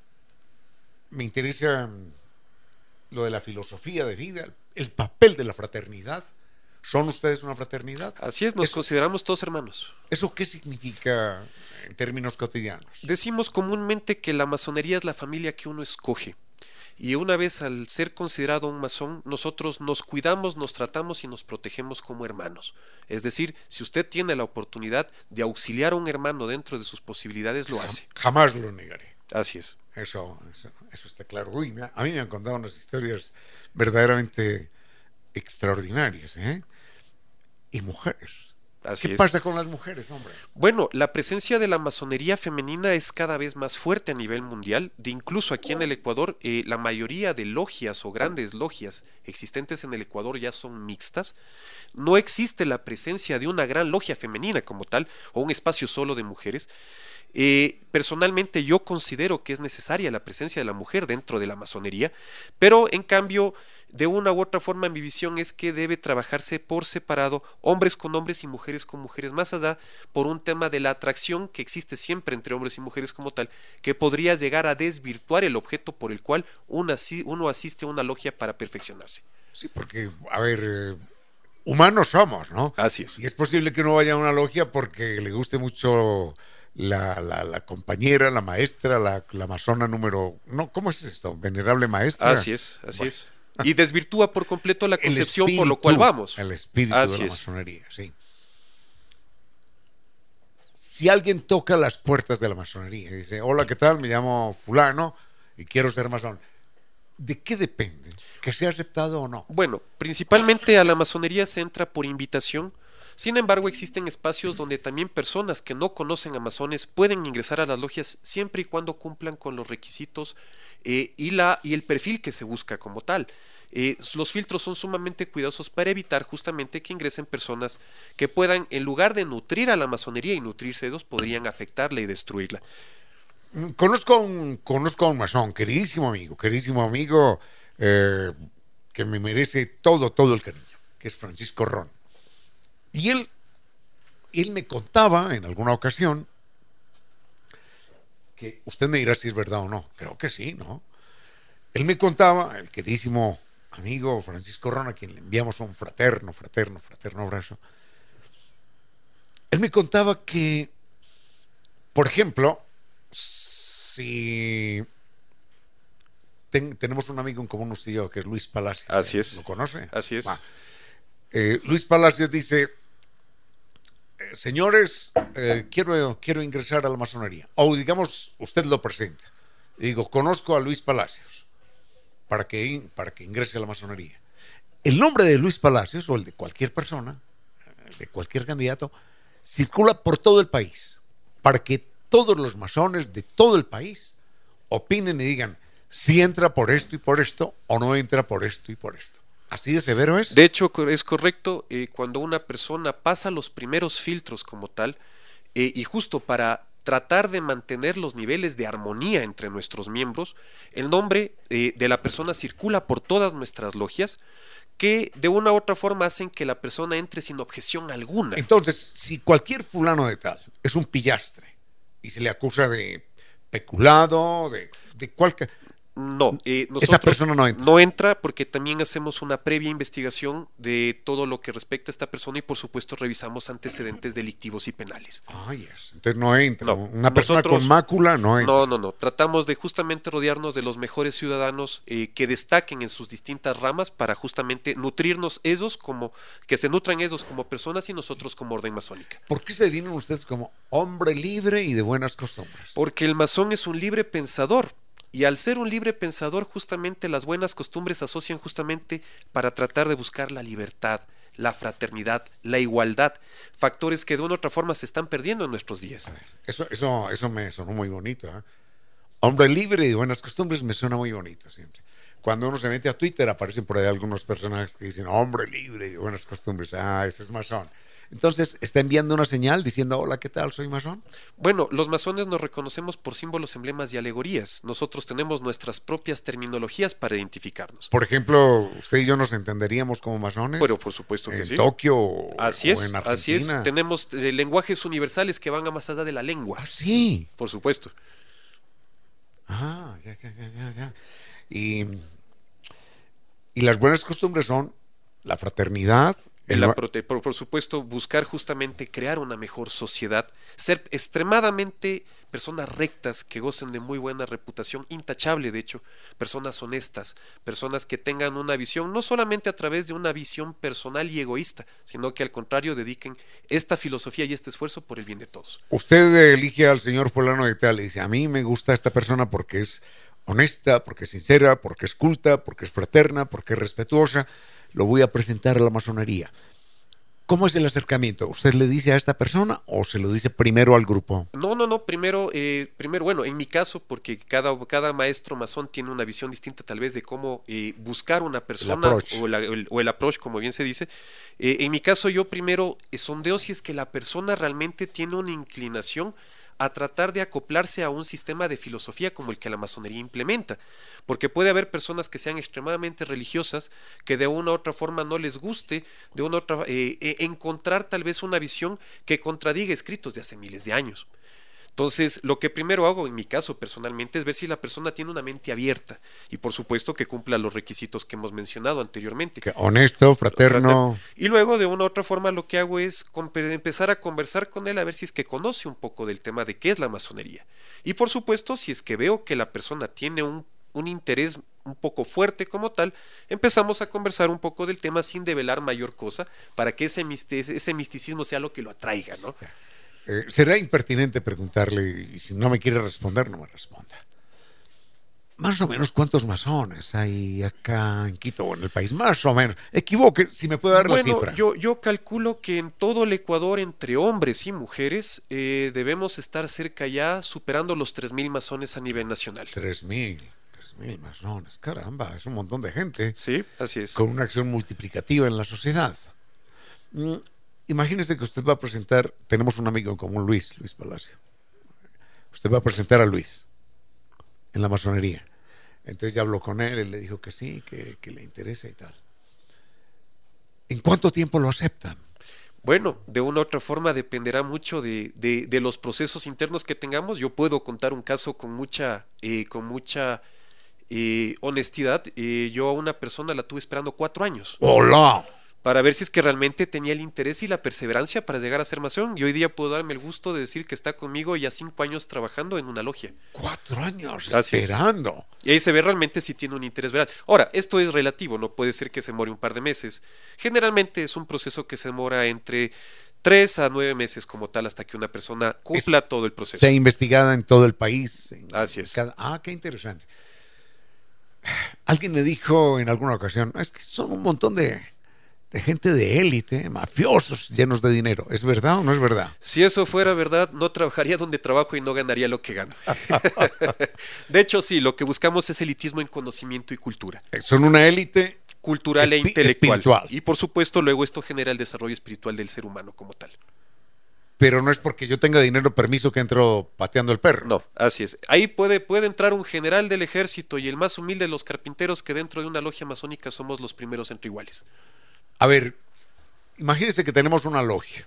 me interesa lo de la filosofía de vida, el papel de la fraternidad. ¿Son ustedes una fraternidad? Así es, nos consideramos todos hermanos. ¿Eso qué significa en términos cotidianos? Decimos comúnmente que la masonería es la familia que uno escoge. Y una vez al ser considerado un masón, nosotros nos cuidamos, nos tratamos y nos protegemos como hermanos. Es decir, si usted tiene la oportunidad de auxiliar a un hermano dentro de sus posibilidades, lo hace. Jamás lo negaré. Así es. Eso está claro. Uy, a mí me han contado unas historias verdaderamente extraordinarias, ¿eh? Y mujeres. ¿Qué pasa con las mujeres, hombre? Bueno, la presencia de la masonería femenina es cada vez más fuerte a nivel mundial. Incluso aquí en el Ecuador, la mayoría de logias o grandes logias existentes en el Ecuador ya son mixtas. No existe la presencia de una gran logia femenina como tal, o un espacio solo de mujeres. Personalmente yo considero que es necesaria la presencia de la mujer dentro de la masonería, pero en cambio de una u otra forma mi visión es que debe trabajarse por separado, hombres con hombres y mujeres con mujeres, más allá por un tema de la atracción que existe siempre entre hombres y mujeres como tal, que podría llegar a desvirtuar el objeto por el cual uno asiste a una logia para perfeccionarse. Sí, porque, a ver, humanos somos, ¿no? Así es. Y es posible que uno vaya a una logia porque le guste mucho la compañera, la maestra, la masona número... No, ¿cómo es esto? Venerable maestra. Así es. Y desvirtúa por completo la concepción por lo cual vamos. El espíritu de la masonería, sí. Si alguien toca las puertas de la masonería y dice, hola, ¿qué tal? Me llamo fulano y quiero ser masón. ¿De qué depende? ¿Que sea aceptado o no? Bueno, principalmente a la masonería se entra por invitación. Sin embargo, existen espacios donde también personas que no conocen a masones pueden ingresar a las logias siempre y cuando cumplan con los requisitos y el perfil que se busca como tal. Los filtros son sumamente cuidadosos para evitar justamente que ingresen personas que puedan, en lugar de nutrir a la masonería y nutrirse de ellos, podrían afectarla y destruirla. Conozco a un masón, queridísimo amigo, que me merece todo el cariño, que es Francisco Ron. Y él me contaba en alguna ocasión, que usted me dirá si es verdad o no, creo que sí, ¿no? Él me contaba, el queridísimo amigo Francisco Ron, a quien le enviamos un fraterno abrazo, él me contaba que, por ejemplo, si tenemos un amigo en común usted y yo, que es Luis Palacios. Así es. ¿Lo conoce? Así es. Luis Palacios dice, señores, quiero ingresar a la masonería. O digamos, usted lo presenta. Y digo, conozco a Luis Palacios para que ingrese a la masonería. El nombre de Luis Palacios, o el de cualquier persona, de cualquier candidato, circula por todo el país, para que todos los masones de todo el país opinen y digan si entra por esto y por esto, o no entra por esto y por esto. ¿Así de severo es? De hecho, es correcto. Cuando una persona pasa los primeros filtros como tal, y justo para tratar de mantener los niveles de armonía entre nuestros miembros, el nombre de la persona circula por todas nuestras logias, que de una u otra forma hacen que la persona entre sin objeción alguna. Entonces, si cualquier fulano de tal es un pillastre y se le acusa de peculado, de cualquier... No, esa persona no entra. No entra porque también hacemos una previa investigación de todo lo que respecta a esta persona y por supuesto revisamos antecedentes delictivos y penales. Yes. Entonces no entra. No, una persona con mácula no entra. No. Tratamos de justamente rodearnos de los mejores ciudadanos que destaquen en sus distintas ramas para justamente nutrirnos que se nutran ellos como personas y nosotros como orden masónica. ¿Por qué se definen ustedes como hombre libre y de buenas costumbres? Porque el masón es un libre pensador. Y al ser un libre pensador, justamente las buenas costumbres se asocian justamente para tratar de buscar la libertad, la fraternidad, la igualdad, factores que de una u otra forma se están perdiendo en nuestros días. A ver, eso me sonó muy bonito, ¿eh? Hombre libre y de buenas costumbres me suena muy bonito siempre. Cuando uno se mete a Twitter aparecen por ahí algunos personajes que dicen hombre libre y de buenas costumbres. Ese es masón. Entonces, ¿está enviando una señal diciendo, hola, ¿qué tal? ¿Soy masón? Bueno, los masones nos reconocemos por símbolos, emblemas y alegorías. Nosotros tenemos nuestras propias terminologías para identificarnos. Por ejemplo, ¿usted y yo nos entenderíamos como masones? Bueno, por supuesto que en sí. En Tokio o en Argentina. Así es. Tenemos lenguajes universales que van a más allá de la lengua. Sí. Por supuesto. Ya. Y las buenas costumbres son la fraternidad. Por supuesto, buscar justamente crear una mejor sociedad, ser extremadamente personas rectas que gocen de muy buena reputación, intachable de hecho, personas honestas, personas que tengan una visión, no solamente a través de una visión personal y egoísta, sino que al contrario dediquen esta filosofía y este esfuerzo por el bien de todos. Usted elige al señor fulano de tal y dice, a mí me gusta esta persona porque es honesta, porque es sincera, porque es culta, porque es fraterna, porque es respetuosa, lo voy a presentar a la masonería. ¿Cómo es el acercamiento? ¿Usted le dice a esta persona o se lo dice primero al grupo? No, primero, bueno, en mi caso, porque cada maestro masón tiene una visión distinta tal vez de cómo buscar una persona o el approach, como bien se dice. En mi caso yo primero sondeo si es que la persona realmente tiene una inclinación a tratar de acoplarse a un sistema de filosofía como el que la masonería implementa, porque puede haber personas que sean extremadamente religiosas, que de una u otra forma no les guste, de una u otra encontrar tal vez una visión que contradiga escritos de hace miles de años. Entonces, lo que primero hago en mi caso personalmente es ver si la persona tiene una mente abierta y por supuesto que cumpla los requisitos que hemos mencionado anteriormente. Que honesto, fraterno. Y luego de una u otra forma lo que hago es empezar a conversar con él a ver si es que conoce un poco del tema de qué es la masonería. Y por supuesto, si es que veo que la persona tiene un interés un poco fuerte como tal, empezamos a conversar un poco del tema sin develar mayor cosa para que ese misticismo sea lo que lo atraiga, ¿no? Será impertinente preguntarle, y si no me quiere responder, no me responda. Más o menos, ¿cuántos masones hay acá en Quito o en el país? Más o menos. Equivoque, si me puede dar la cifra. Yo calculo que en todo el Ecuador, entre hombres y mujeres, debemos estar cerca ya superando los 3.000 masones a nivel nacional. 3.000 masones, caramba, es un montón de gente. Sí, así es. Con una acción multiplicativa en la sociedad. Imagínese que usted va a presentar, tenemos un amigo en común, Luis Palacio. usted va a presentar a Luis en la masonería. Entonces ya habló con él, él le dijo que sí, que le interesa y tal. ¿En cuánto tiempo lo aceptan? Bueno, de una u otra forma dependerá mucho de los procesos internos que tengamos. Yo puedo contar un caso con mucha honestidad. Yo a una persona la tuve esperando 4 años. ¡Hola! Para ver si es que realmente tenía el interés y la perseverancia para llegar a ser masón. Y hoy día puedo darme el gusto de decir que está conmigo ya 5 años trabajando en una logia. 4 años Así esperando. Y ahí se ve realmente si tiene un interés real. Ahora, esto es relativo, no puede ser que se demore un par de meses. Generalmente es un proceso que se demora entre 3 a 9 meses como tal hasta que una persona cumpla todo el proceso. Sea investigada en todo el país. Así es. Qué interesante. Alguien me dijo en alguna ocasión, es que son un montón de gente de élite, mafiosos llenos de dinero. ¿Es verdad o no es verdad? Si eso fuera verdad, no trabajaría donde trabajo y no ganaría lo que gano. De hecho, sí, lo que buscamos es elitismo en conocimiento y cultura. Son una élite cultural e intelectual. Espiritual. Y por supuesto, luego esto genera el desarrollo espiritual del ser humano como tal. Pero no es porque yo tenga dinero permiso que entro pateando el perro. No, así es. Ahí puede entrar un general del ejército y el más humilde de los carpinteros que dentro de una logia masónica somos los primeros entre iguales. A ver, imagínense que tenemos una logia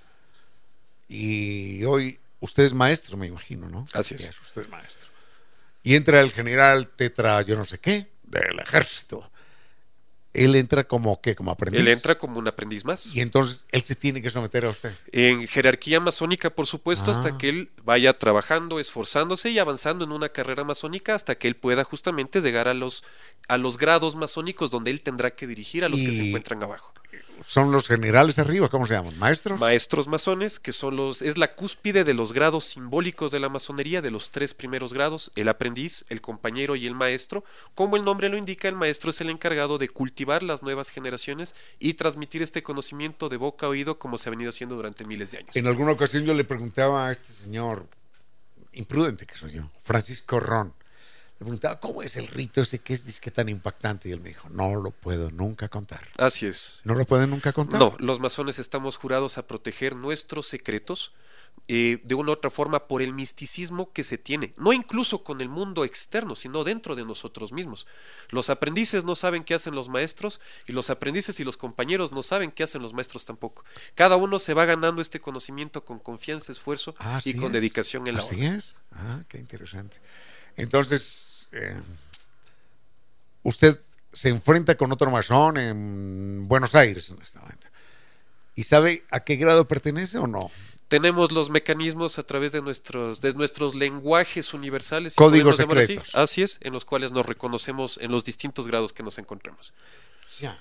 y hoy usted es maestro, me imagino, ¿no? Así es. Usted es maestro. Y entra el general tetra yo no sé qué del ejército. Él entra como ¿qué? Como aprendiz. Él entra como un aprendiz más. Y entonces él se tiene que someter a usted. En jerarquía masónica, por supuesto, hasta que él vaya trabajando, esforzándose y avanzando en una carrera masónica hasta que él pueda justamente llegar a los grados masónicos donde él tendrá que dirigir a los que se encuentran abajo. Son los generales arriba, ¿cómo se llaman? ¿Maestros? Maestros masones, que son es la cúspide de los grados simbólicos de la masonería, de los 3 primeros grados, el aprendiz, el compañero y el maestro. Como el nombre lo indica, el maestro es el encargado de cultivar las nuevas generaciones y transmitir este conocimiento de boca a oído como se ha venido haciendo durante miles de años. En alguna ocasión yo le preguntaba a este señor, imprudente que soy yo, Francisco Ron, le preguntaba, ¿cómo es el rito ese que es disque tan impactante? Y él me dijo, no lo puedo nunca contar. Así es. ¿No lo pueden nunca contar? No, los masones estamos jurados a proteger nuestros secretos de una u otra forma por el misticismo que se tiene, no incluso con el mundo externo, sino dentro de nosotros mismos. Los aprendices no saben qué hacen los maestros y los aprendices y los compañeros no saben qué hacen los maestros tampoco. Cada uno se va ganando este conocimiento con confianza, esfuerzo y con dedicación en la obra. Así es. Qué interesante. Entonces, usted se enfrenta con otro masón en Buenos Aires en este momento. ¿Y sabe a qué grado pertenece o no? Tenemos los mecanismos a través de nuestros lenguajes universales. Códigos secretos. Así es, en los cuales nos reconocemos en los distintos grados que nos encontremos. Ya.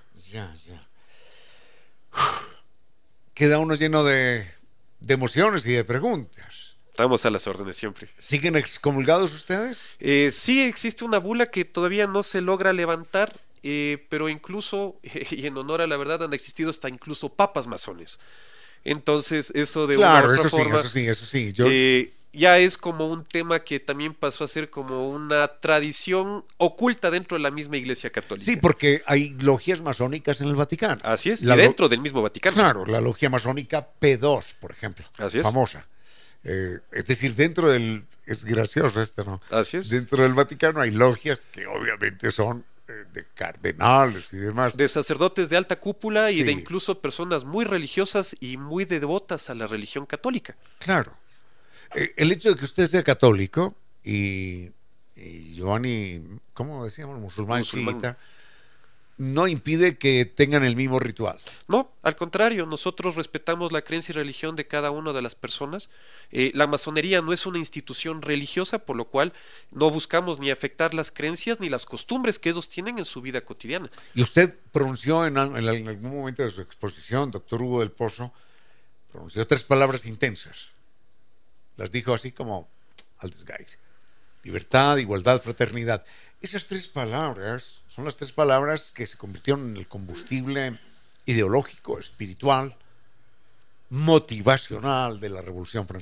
Queda uno lleno de emociones y de preguntas. Estamos a las órdenes siempre. ¿Siguen excomulgados ustedes? Sí, existe una bula que todavía no se logra levantar, pero incluso, y en honor a la verdad, han existido hasta incluso papas masones. Entonces, eso de una u otra forma, eso sí. Ya es como un tema que también pasó a ser como una tradición oculta dentro de la misma Iglesia Católica. Sí, porque hay logias masónicas en el Vaticano. Así es, y dentro del mismo Vaticano. Claro, la logia masónica P2, por ejemplo. Así es. Famosa. Es decir, dentro del... Es gracioso esto, ¿no? Así es. Dentro del Vaticano hay logias que obviamente son de cardenales y demás. De sacerdotes de alta cúpula y Sí. de incluso personas muy religiosas y muy devotas a la religión católica. Claro. El hecho de que usted sea católico y Giovanni, ¿cómo decíamos? Musulmán. Chiita, no impide que tengan el mismo ritual. No, al contrario, nosotros respetamos la creencia y religión de cada una de las personas. La masonería no es una institución religiosa, por lo cual no buscamos ni afectar las creencias ni las costumbres que ellos tienen en su vida cotidiana. Y usted pronunció en algún momento de su exposición, doctor Hugo del Pozo, pronunció 3 palabras intensas. Las dijo así como al desgaire. Libertad, igualdad, fraternidad. Esas 3 palabras son las 3 palabras que se convirtieron en el combustible ideológico, espiritual, motivacional de la Revolución Francesa.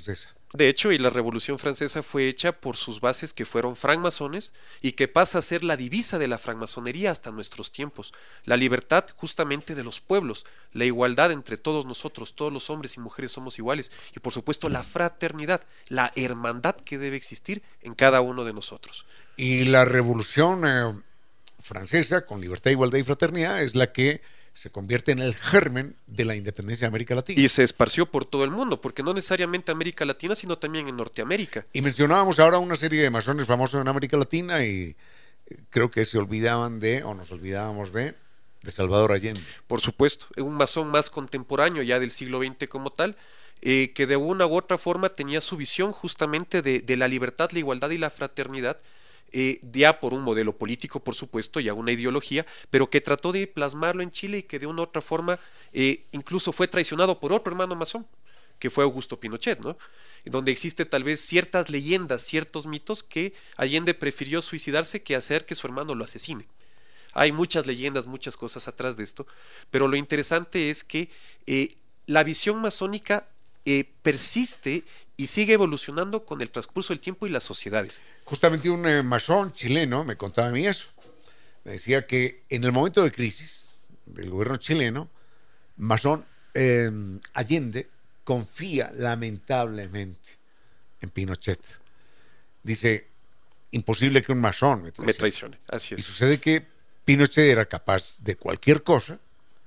De hecho, y la Revolución Francesa fue hecha por sus bases que fueron francmasones y que pasa a ser la divisa de la francmasonería hasta nuestros tiempos. La libertad justamente de los pueblos, la igualdad entre todos nosotros, todos los hombres y mujeres somos iguales y por supuesto la fraternidad, la hermandad que debe existir en cada uno de nosotros. Y la Revolución Francesa, con libertad, igualdad y fraternidad, es la que se convierte en el germen de la independencia de América Latina. Y se esparció por todo el mundo, porque no necesariamente América Latina, sino también en Norteamérica. Y mencionábamos ahora una serie de masones famosos en América Latina y creo que se olvidaban o nos olvidábamos de Salvador Allende. Por supuesto, un masón más contemporáneo ya del siglo XX como tal, que de una u otra forma tenía su visión justamente de la libertad, la igualdad y la fraternidad, ya por un modelo político, por supuesto, ya una ideología, pero que trató de plasmarlo en Chile y que de una u otra forma incluso fue traicionado por otro hermano masón, que fue Augusto Pinochet, ¿no? Donde existe tal vez ciertas leyendas, ciertos mitos que Allende prefirió suicidarse que hacer que su hermano lo asesine. Hay muchas leyendas, muchas cosas atrás de esto, pero lo interesante es que la visión masónica persiste y sigue evolucionando con el transcurso del tiempo y las sociedades. Justamente un masón chileno me contaba a mí eso. Me decía que en el momento de crisis del gobierno chileno, masón Allende confía lamentablemente en Pinochet. Dice, imposible que un masón me traicione. Así es. Y sucede que Pinochet era capaz de cualquier cosa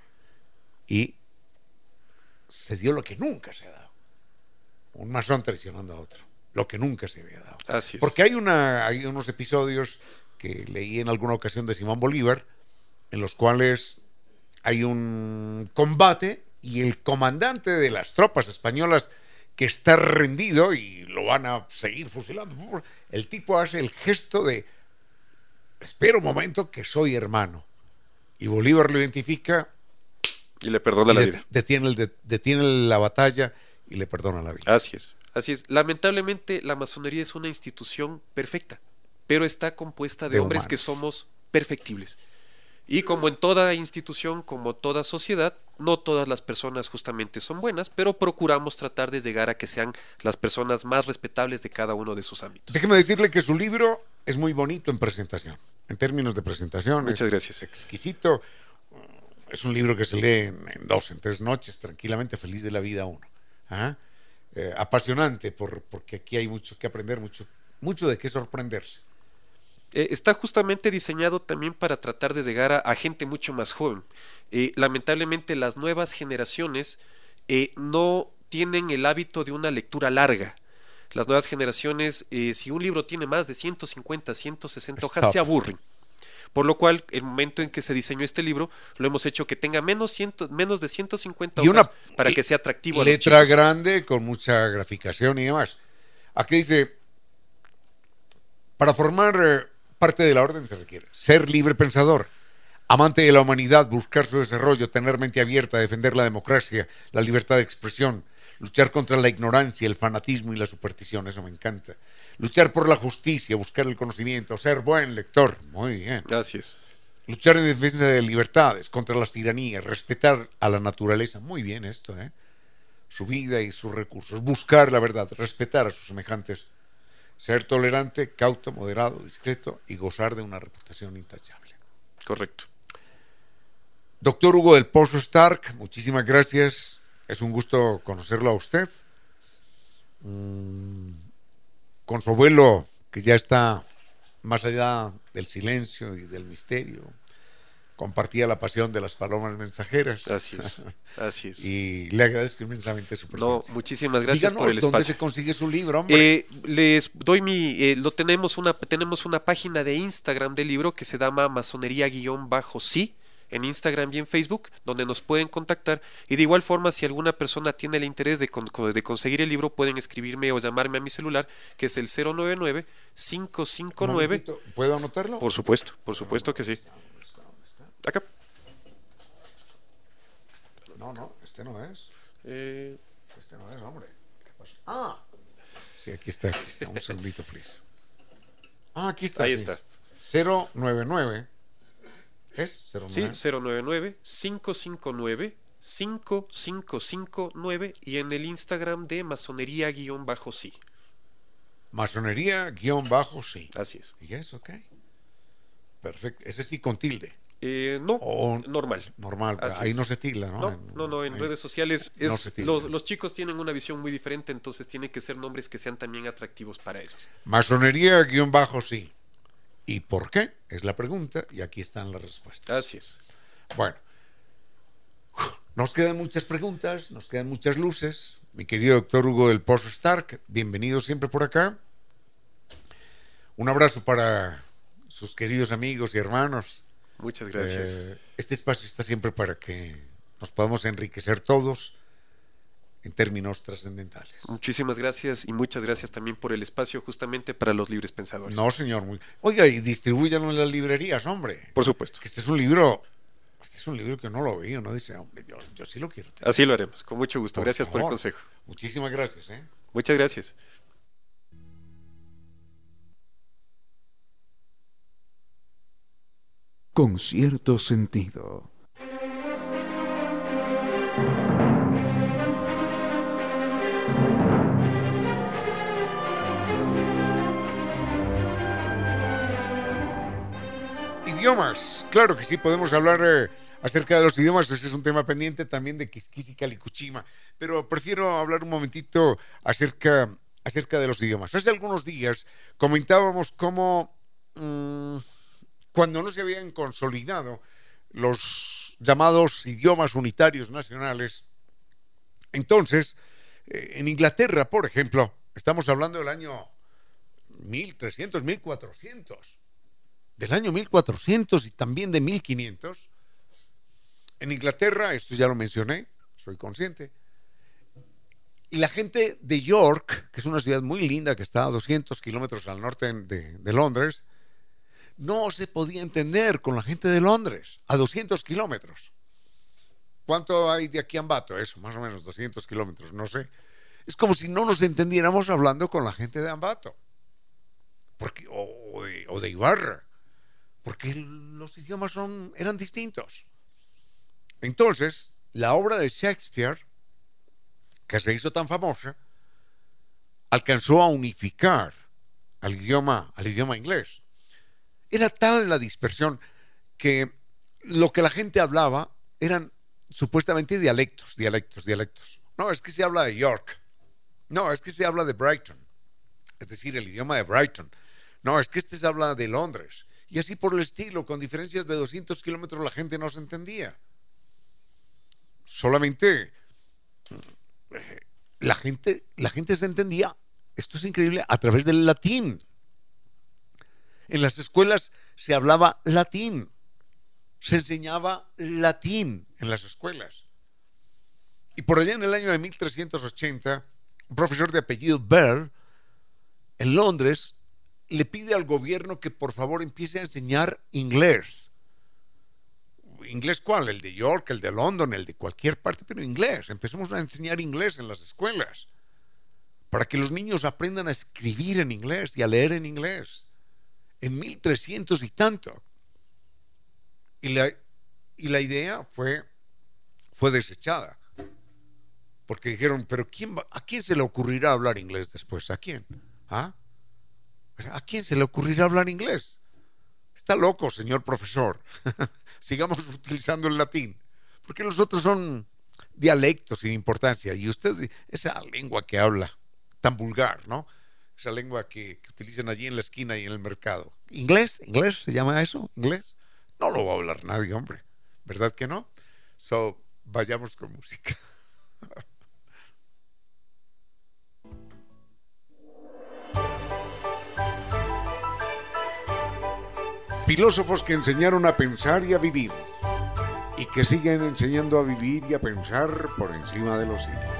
y se dio lo que nunca se ha dado. Un masón traicionando a otro, lo que nunca se había dado. Así es. Porque hay unos episodios que leí en alguna ocasión de Simón Bolívar, en los cuales hay un combate y el comandante de las tropas españolas que está rendido y lo van a seguir fusilando, el tipo hace el gesto de espera un momento que soy hermano, y Bolívar lo identifica y le perdona la vida. Detiene la batalla y le perdona la vida. Así es, así es. Lamentablemente la masonería es una institución perfecta, pero está compuesta de hombres humanos que somos perfectibles. Y como en toda institución, como toda sociedad, no todas las personas justamente son buenas, pero procuramos tratar de llegar a que sean las personas más respetables de cada uno de sus ámbitos. Déjeme decirle que su libro es muy bonito en presentación, en términos de presentación. Muchas gracias. Exquisito. Es un libro que se lee en 2, en 3 noches, tranquilamente, feliz de la vida uno. Apasionante, porque aquí hay mucho que aprender, mucho de qué sorprenderse. Está justamente diseñado también para tratar de llegar a gente mucho más joven. Lamentablemente las nuevas generaciones no tienen el hábito de una lectura larga. Las nuevas generaciones, si un libro tiene más de 150, 160 hojas, se aburren. Por lo cual, el momento en que se diseñó este libro, lo hemos hecho que tenga menos de 150 hojas para que sea atractivo a los chicos. Letra grande, con mucha graficación y demás. Aquí dice, para formar parte de la orden se requiere ser libre pensador, amante de la humanidad, buscar su desarrollo, tener mente abierta, defender la democracia, la libertad de expresión, luchar contra la ignorancia, el fanatismo y la superstición, eso me encanta. Luchar por la justicia, buscar el conocimiento, ser buen lector, muy bien. Así es. Luchar en defensa de libertades, contra las tiranías, respetar a la naturaleza, muy bien esto, su vida y sus recursos, buscar la verdad, respetar a sus semejantes, ser tolerante, cauto, moderado, discreto y gozar de una reputación intachable. Correcto. Doctor Hugo del Pozo Stark, muchísimas gracias. Es un gusto conocerlo a usted. Con su abuelo, que ya está más allá del silencio y del misterio, compartía la pasión de las palomas mensajeras. Así es, así es. Y le agradezco inmensamente su presencia. No, muchísimas gracias. Díganos, por el espacio. ¿dónde se consigue su libro, hombre? Les doy tenemos una página de Instagram del libro que se llama masonería_sí, en Instagram y en Facebook, donde nos pueden contactar, y de igual forma, si alguna persona tiene el interés de conseguir el libro, pueden escribirme o llamarme a mi celular, que es el 099-559. ¿Puedo anotarlo? Por supuesto que sí. Acá. No, este no es. Este no es, hombre. ¿Qué pasa? Sí, aquí está. Un segundito, please. Aquí está. Ahí sí. está. 099. ¿Es? 09. Sí, 099-559 5559 y en el Instagram de masonería-sí. Masonería-sí. Así es. ¿Y es? Ok. Perfecto. Ese sí con tilde. No, normal. Normal, Así ahí es. no se tilda, ¿no? No, en redes sociales no se tilda. los chicos tienen una visión muy diferente, entonces tienen que ser nombres que sean también atractivos para ellos. Masonería-sí. ¿Y por qué? Es la pregunta y aquí están las respuestas. Así es. Bueno, nos quedan muchas preguntas, nos quedan muchas luces. Mi querido doctor Hugo del Pozo Stark, bienvenido siempre por acá. Un abrazo para sus queridos amigos y hermanos. Muchas gracias. Este espacio está siempre para que nos podamos enriquecer todos en términos trascendentales. Muchísimas gracias y muchas gracias también por el espacio justamente para los libres pensadores. No, señor. Oiga, y distribúyanlo en las librerías, hombre. Por supuesto. Que este es un libro que no lo veo, no dice, hombre, yo sí lo quiero tener. Así lo haremos, con mucho gusto. Gracias por el consejo. Muchísimas gracias. Muchas gracias. Con cierto sentido. Idiomas, claro que sí, podemos hablar acerca de los idiomas, ese es un tema pendiente también de Quisquis y Calicuchima, pero prefiero hablar un momentito acerca de los idiomas. Hace algunos días comentábamos cómo cuando no se habían consolidado los llamados idiomas unitarios nacionales, entonces, en Inglaterra, por ejemplo, estamos hablando del año 1300, 1400, del año 1400 y también de 1500. En Inglaterra, esto ya lo mencioné, soy consciente, y la gente de York, que es una ciudad muy linda que está a 200 kilómetros al norte de Londres, no se podía entender con la gente de Londres, a 200 kilómetros. ¿Cuánto hay de aquí a Ambato? Eso, más o menos 200 kilómetros, no sé. Es como si no nos entendiéramos hablando con la gente de Ambato, o de Ibarra, porque los idiomas eran distintos. Entonces, la obra de Shakespeare, que se hizo tan famosa, alcanzó a unificar al idioma inglés. Era tal la dispersión que lo que la gente hablaba eran supuestamente dialectos. No, es que se habla de York. No, es que se habla de Brighton. Es decir, el idioma de Brighton. No, es que se habla de Londres. Y así por el estilo, con diferencias de 200 kilómetros la gente no se entendía. Solamente la gente se entendía, esto es increíble, a través del latín. En las escuelas se hablaba latín, se enseñaba latín en las escuelas. Y por allá en el año de 1380, un profesor de apellido Bell, en Londres, le pide al gobierno que por favor empiece a enseñar inglés. ¿Inglés cuál? El de York, el de London, el de cualquier parte, pero inglés. Empecemos a enseñar inglés en las escuelas para que los niños aprendan a escribir en inglés y a leer en inglés. En 1300 y tanto. Y la idea fue desechada. Porque dijeron, pero ¿a quién se le ocurrirá hablar inglés después? ¿A quién? ¿Ah? ¿A quién se le ocurrirá hablar inglés? Está loco, señor profesor. Sigamos utilizando el latín. Porque los otros son dialectos sin importancia. Y usted, esa lengua que habla, tan vulgar, ¿no? Esa lengua que utilizan allí en la esquina y en el mercado. ¿Inglés? ¿Se llama eso? ¿Inglés? No lo va a hablar nadie, hombre. ¿Verdad que no? Vayamos con música. Filósofos que enseñaron a pensar y a vivir, y que siguen enseñando a vivir y a pensar por encima de los siglos.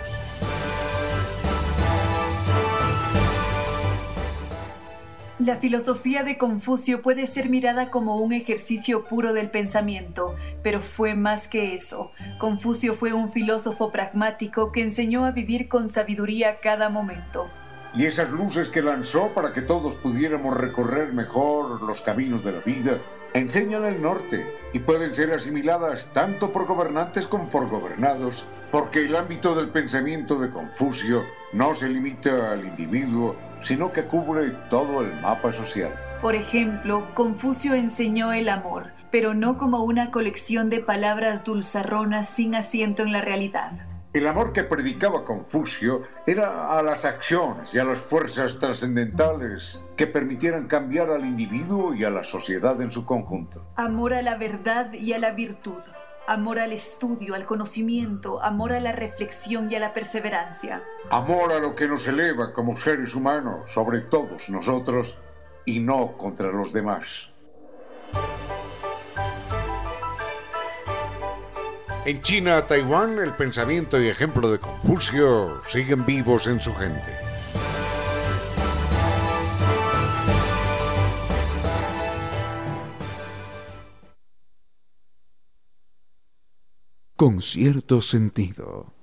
La filosofía de Confucio puede ser mirada como un ejercicio puro del pensamiento, pero fue más que eso. Confucio fue un filósofo pragmático que enseñó a vivir con sabiduría cada momento. Y esas luces que lanzó para que todos pudiéramos recorrer mejor los caminos de la vida enseñan el norte y pueden ser asimiladas tanto por gobernantes como por gobernados, porque el ámbito del pensamiento de Confucio no se limita al individuo, sino que cubre todo el mapa social. Por ejemplo, Confucio enseñó el amor, pero no como una colección de palabras dulzarronas sin asiento en la realidad. El amor que predicaba Confucio era a las acciones y a las fuerzas trascendentales que permitieran cambiar al individuo y a la sociedad en su conjunto. Amor a la verdad y a la virtud. Amor al estudio, al conocimiento, amor a la reflexión y a la perseverancia. Amor a lo que nos eleva como seres humanos sobre todos nosotros y no contra los demás. En China, Taiwán, el pensamiento y ejemplo de Confucio siguen vivos en su gente. Con cierto sentido.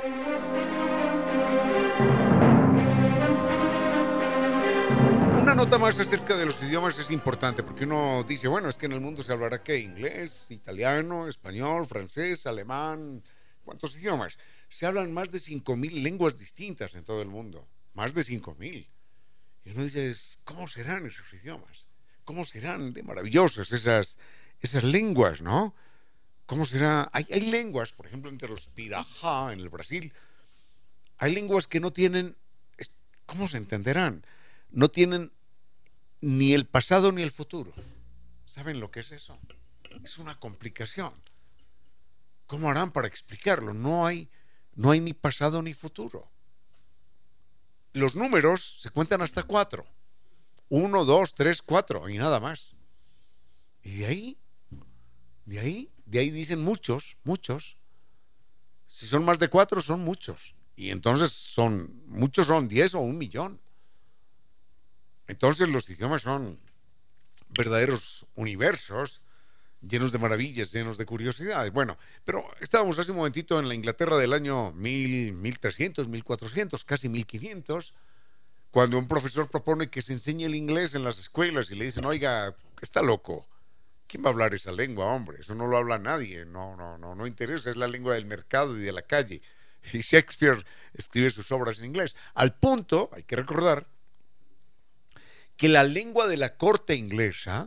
Una nota más acerca de los idiomas es importante porque uno dice, bueno, es que en el mundo se hablará ¿qué? Inglés, italiano, español, francés, alemán. ¿Cuántos idiomas? Se hablan más de 5.000 lenguas distintas en todo el mundo. Más de 5.000. Y uno dice, ¿cómo serán esos idiomas? ¿Cómo serán de maravillosas esas lenguas, no? ¿Cómo será? Hay lenguas, por ejemplo, entre los Pirajá en el Brasil, hay lenguas que no tienen, ¿cómo se entenderán? No tienen ni el pasado ni el futuro. ¿Saben lo que es eso? Es una complicación. ¿Cómo harán para explicarlo? No hay ni pasado ni futuro. Los números se cuentan hasta 4. 1, 2, 3, 4 y nada más. Y de ahí dicen muchos. Si son más de 4 son muchos. Y entonces muchos son 10 o 1 millón. Entonces los idiomas son verdaderos universos, llenos de maravillas, llenos de curiosidades. Bueno, pero estábamos hace un momentito en la Inglaterra del año 1300, 1400, casi 1500, cuando un profesor propone que se enseñe el inglés en las escuelas y le dicen, oiga, está loco. ¿Quién va a hablar esa lengua, hombre? Eso no lo habla nadie, no interesa, es la lengua del mercado y de la calle. Y Shakespeare escribe sus obras en inglés. Al punto, hay que recordar, que la lengua de la corte inglesa,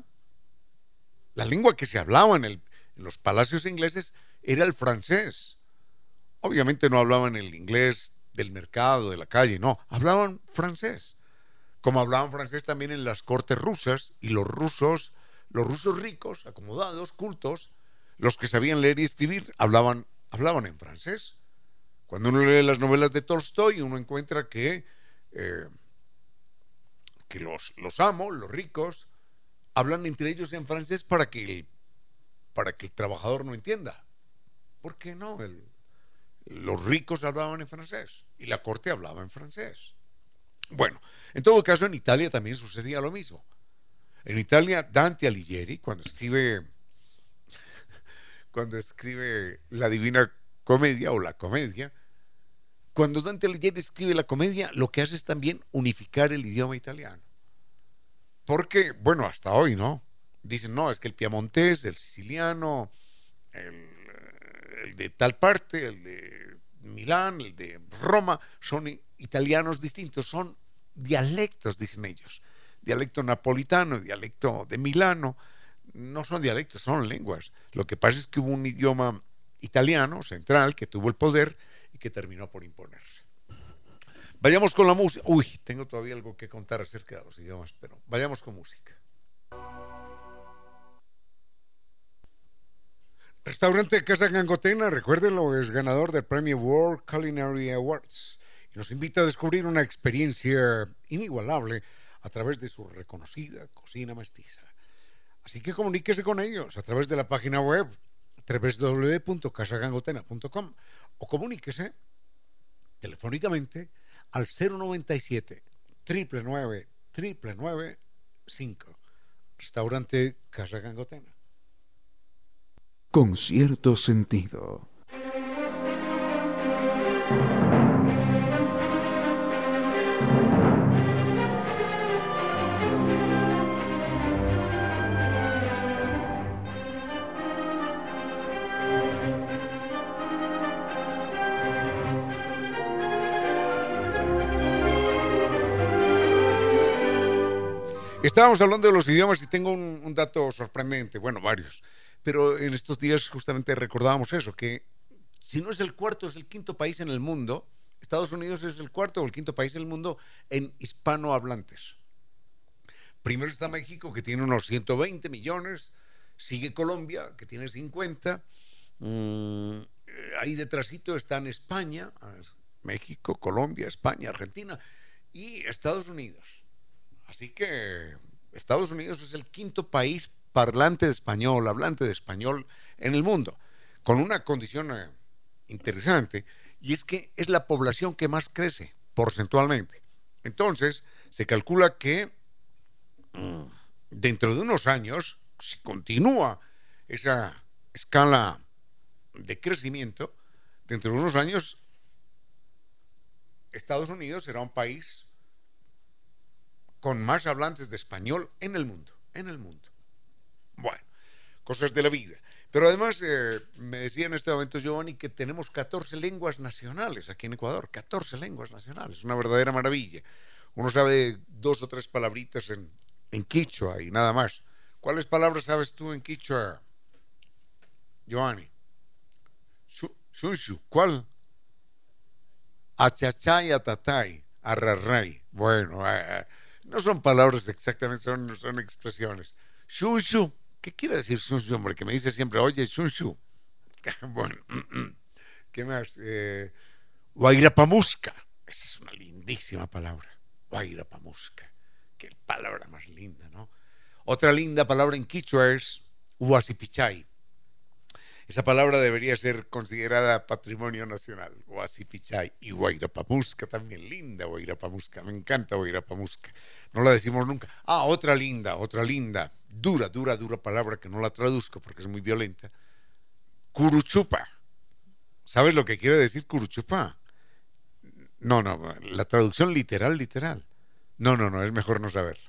la lengua que se hablaba en los palacios ingleses, era el francés. Obviamente no hablaban el inglés del mercado, de la calle, no, hablaban francés. Como hablaban francés también en las cortes rusas, y los rusos ricos, acomodados, cultos, los que sabían leer y escribir, hablaban en francés. Cuando uno lee las novelas de Tolstoy, uno encuentra que los amos, los ricos, hablan entre ellos en francés para que el trabajador no entienda. ¿Por qué no? Los ricos hablaban en francés y la corte hablaba en francés. Bueno, en todo caso en Italia también sucedía lo mismo. En Italia, Dante Alighieri, cuando escribe la Divina Comedia o la Comedia, cuando Dante Alighieri escribe la comedia, lo que hace es también unificar el idioma italiano. Porque, bueno, hasta hoy, ¿no? Dicen, no, es que el piamontés, el siciliano, el de tal parte, el de Milán, el de Roma, son italianos distintos, son dialectos, dicen ellos. Dialecto napolitano, dialecto de Milano, no son dialectos, son lenguas. Lo que pasa es que hubo un idioma italiano, central, que tuvo el poder y que terminó por imponerse. Vayamos con la música. Uy, tengo todavía algo que contar acerca de los idiomas, pero vayamos con música. Restaurante Casa Gangotena, recuérdenlo, es ganador del premio World Culinary Awards y nos invita a descubrir una experiencia inigualable a través de su reconocida cocina mestiza. Así que comuníquese con ellos a través de la página web www.casagangotena.com o comuníquese telefónicamente al 097 999 999 Restaurante Casa Gangotena. Con cierto sentido. Estábamos hablando de los idiomas y tengo un dato sorprendente, bueno, varios, pero en estos días justamente recordábamos eso, que si no es el cuarto, es el quinto país en el mundo. Estados Unidos es el cuarto o el quinto país en el mundo en hispanohablantes. Primero está México, que tiene unos 120 millones, sigue Colombia, que tiene 50, ahí detrásito están España, México, Colombia, España, Argentina y Estados Unidos. Así que Estados Unidos es el quinto país parlante de español, hablante de español en el mundo, con una condición interesante, y es que es la población que más crece porcentualmente. Entonces, se calcula que dentro de unos años, si continúa esa escala de crecimiento, dentro de unos años Estados Unidos será un país con más hablantes de español en el mundo, Bueno, cosas de la vida. Pero además, me decía en este momento Giovanni que tenemos 14 lenguas nacionales aquí en Ecuador, 14 lenguas nacionales, una verdadera maravilla. Uno sabe 2 o 3 palabritas en quichua y nada más. ¿Cuáles palabras sabes tú en quichua, Giovanni? Shunshu, ¿cuál? Achachay, atatay, arrarray. Bueno, no son palabras exactamente, son expresiones. Shunshu, ¿qué quiere decir Shunshu, hombre? Que me dice siempre, oye, Shunshu. Bueno, ¿qué más? Guairapamusca. Esa es una lindísima palabra. Guairapamusca. Qué palabra más linda, ¿no? Otra linda palabra en quichua es huasipichay. Esa palabra debería ser considerada patrimonio nacional. Huasipichay y Guairapamusca también. Linda Guairapamusca. Me encanta Guairapamusca. No la decimos nunca. Otra linda. Dura palabra que no la traduzco porque es muy violenta. Curuchupa. ¿Sabes lo que quiere decir curuchupa? No, la traducción literal. No, es mejor no saberlo.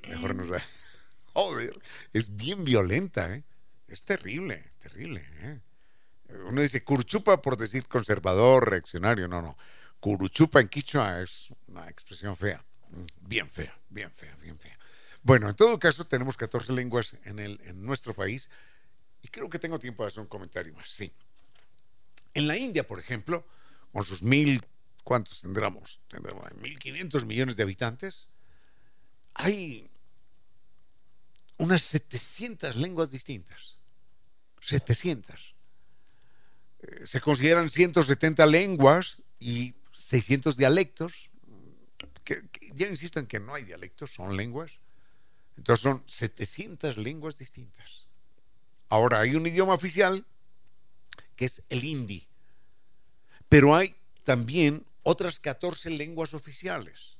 Joder, es bien violenta, ¿eh? Es terrible, ¿eh? Uno dice curuchupa por decir conservador, reaccionario, no. Curuchupa en quichua es una expresión fea, bien fea. Bueno, en todo caso tenemos 14 lenguas en nuestro país y creo que tengo tiempo de hacer un comentario más, sí. En la India, por ejemplo, con sus ¿cuántos tendremos? 1.500 millones de habitantes. Hay unas 700 lenguas distintas. 700. Se consideran 170 lenguas y 600 dialectos. Ya insisto en que no hay dialectos, son lenguas. Entonces son 700 lenguas distintas. Ahora, hay un idioma oficial que es el hindi. Pero hay también otras 14 lenguas oficiales.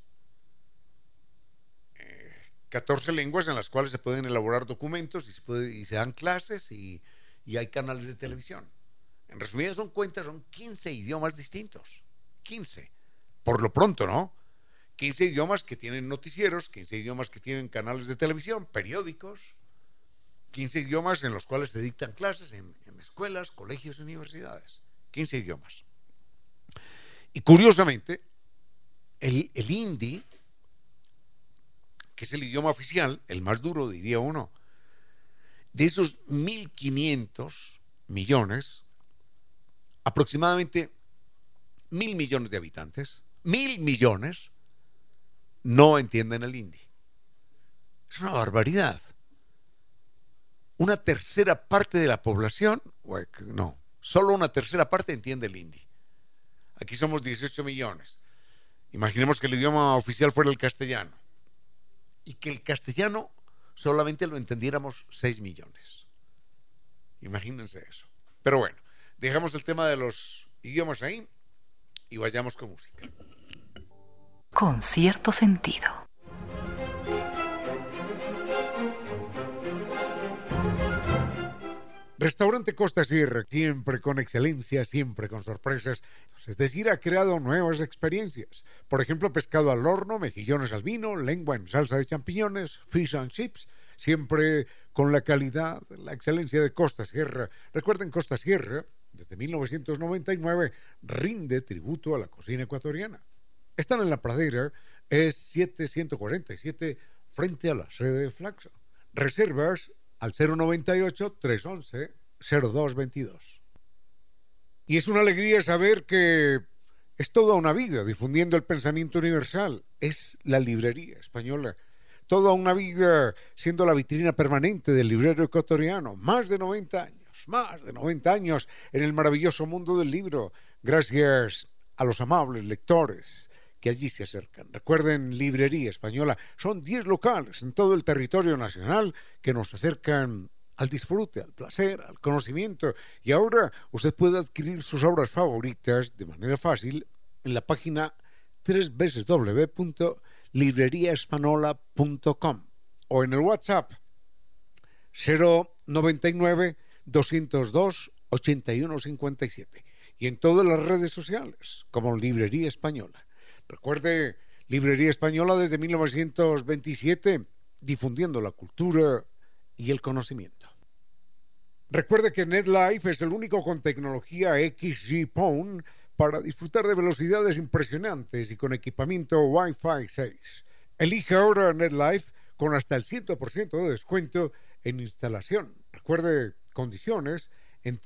14 lenguas en las cuales se pueden elaborar documentos y se dan clases y hay canales de televisión. En resumidas cuentas, son 15 idiomas distintos. 15. Por lo pronto, ¿no? 15 idiomas que tienen noticieros, 15 idiomas que tienen canales de televisión, periódicos, 15 idiomas en los cuales se dictan clases en escuelas, colegios y universidades. 15 idiomas. Y curiosamente, el hindi, que es el idioma oficial, el más duro, diría uno, de esos 1.500 millones, aproximadamente 1.000 millones de habitantes, 1.000 millones, no entienden el hindi. Es una barbaridad. Una tercera parte de la población, no, solo una tercera parte entiende el hindi. Aquí somos 18 millones. Imaginemos que el idioma oficial fuera el castellano y que el castellano solamente lo entendiéramos 6 millones. Imagínense eso. Pero bueno, dejamos el tema de los idiomas ahí y vayamos con música. Con cierto sentido. Restaurante Costa Sierra, siempre con excelencia, siempre con sorpresas. Es decir, ha creado nuevas experiencias. Por ejemplo, pescado al horno, mejillones al vino, lengua en salsa de champiñones, fish and chips, siempre con la calidad, la excelencia de Costa Sierra. Recuerden, Costa Sierra, desde 1999, rinde tributo a la cocina ecuatoriana. Están en La Pradera, es 7147 frente a la sede de Flaxo. Reservas al 098-311-0222. Y es una alegría saber que es toda una vida difundiendo el pensamiento universal. Es la librería española. Toda una vida siendo la vitrina permanente del librero ecuatoriano. Más de 90 años en el maravilloso mundo del libro. Gracias a los amables lectores que allí se acercan. Recuerden, Librería Española. Son 10 locales en todo el territorio nacional que nos acercan al disfrute, al placer, al conocimiento. Y ahora usted puede adquirir sus obras favoritas de manera fácil en la página www.libreriaespanola.com o en el WhatsApp 099-202-8157 y en todas las redes sociales como Librería Española. Recuerde, Librería Española desde 1927 difundiendo la cultura y el conocimiento. Recuerde que NetLife es el único con tecnología XG PON para disfrutar de velocidades impresionantes y con equipamiento Wi-Fi 6. Elija ahora NetLife con hasta el 100% de descuento en instalación. Recuerde condiciones en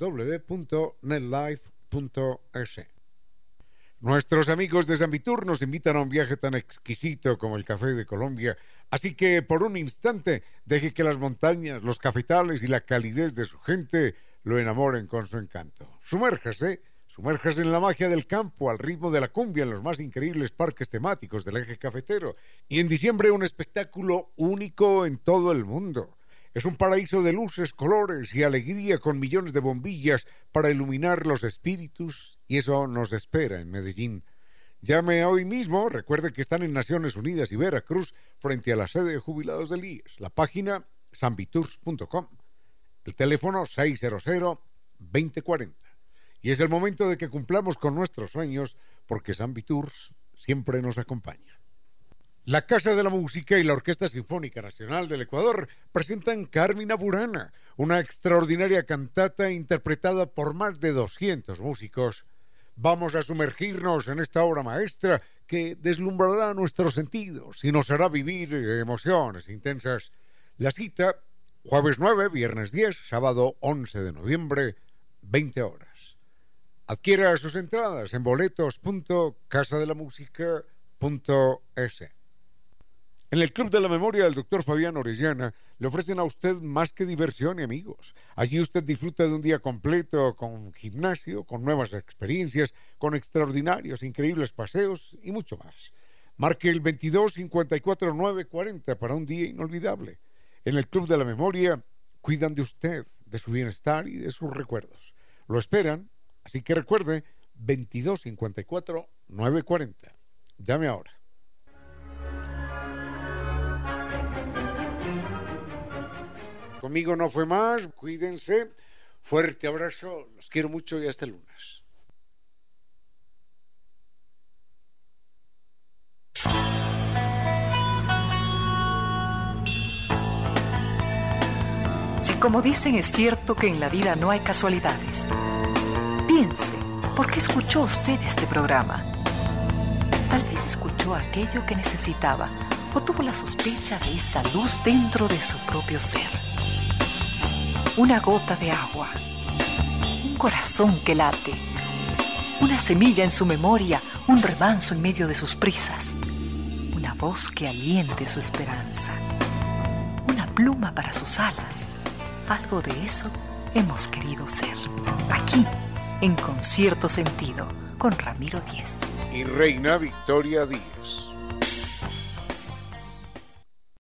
www.netlife.es. Nuestros amigos de Sambitur nos invitan a un viaje tan exquisito como el café de Colombia, así que por un instante deje que las montañas, los cafetales y la calidez de su gente lo enamoren con su encanto. Sumérjase en la magia del campo, al ritmo de la cumbia en los más increíbles parques temáticos del eje cafetero, y en diciembre un espectáculo único en todo el mundo. Es un paraíso de luces, colores y alegría con millones de bombillas para iluminar los espíritus, y eso nos espera en Medellín. Llame hoy mismo, recuerde que están en Naciones Unidas y Veracruz frente a la sede de jubilados del IES, la página sambitours.com, el teléfono 600-2040. Y es el momento de que cumplamos con nuestros sueños porque Sambitours siempre nos acompaña. La Casa de la Música y la Orquesta Sinfónica Nacional del Ecuador presentan Carmina Burana, una extraordinaria cantata interpretada por más de 200 músicos. Vamos a sumergirnos en esta obra maestra que deslumbrará nuestros sentidos y nos hará vivir emociones intensas. La cita, jueves 9, viernes 10, sábado 11 de noviembre, 20 horas. Adquiera sus entradas en boletos.casadelamusica.es. En el Club de la Memoria del Dr. Fabián Orellana le ofrecen a usted más que diversión y amigos. Allí usted disfruta de un día completo con gimnasio, con nuevas experiencias, con extraordinarios, increíbles paseos y mucho más. Marque el 22-54-940 para un día inolvidable. En el Club de la Memoria cuidan de usted, de su bienestar y de sus recuerdos. Lo esperan, así que recuerde 22-54-940. Llame ahora. Conmigo no fue más, cuídense, fuerte abrazo, los quiero mucho y hasta el lunes. Si como dicen es cierto que en la vida no hay casualidades, piense, ¿por qué escuchó usted este programa? Tal vez escuchó aquello que necesitaba o tuvo la sospecha de esa luz dentro de su propio ser. Una gota de agua, un corazón que late, una semilla en su memoria, un remanso en medio de sus prisas, una voz que aliente su esperanza, una pluma para sus alas. Algo de eso hemos querido ser. Aquí, en Concierto Sentido, con Ramiro Díez y Reina Victoria Díez.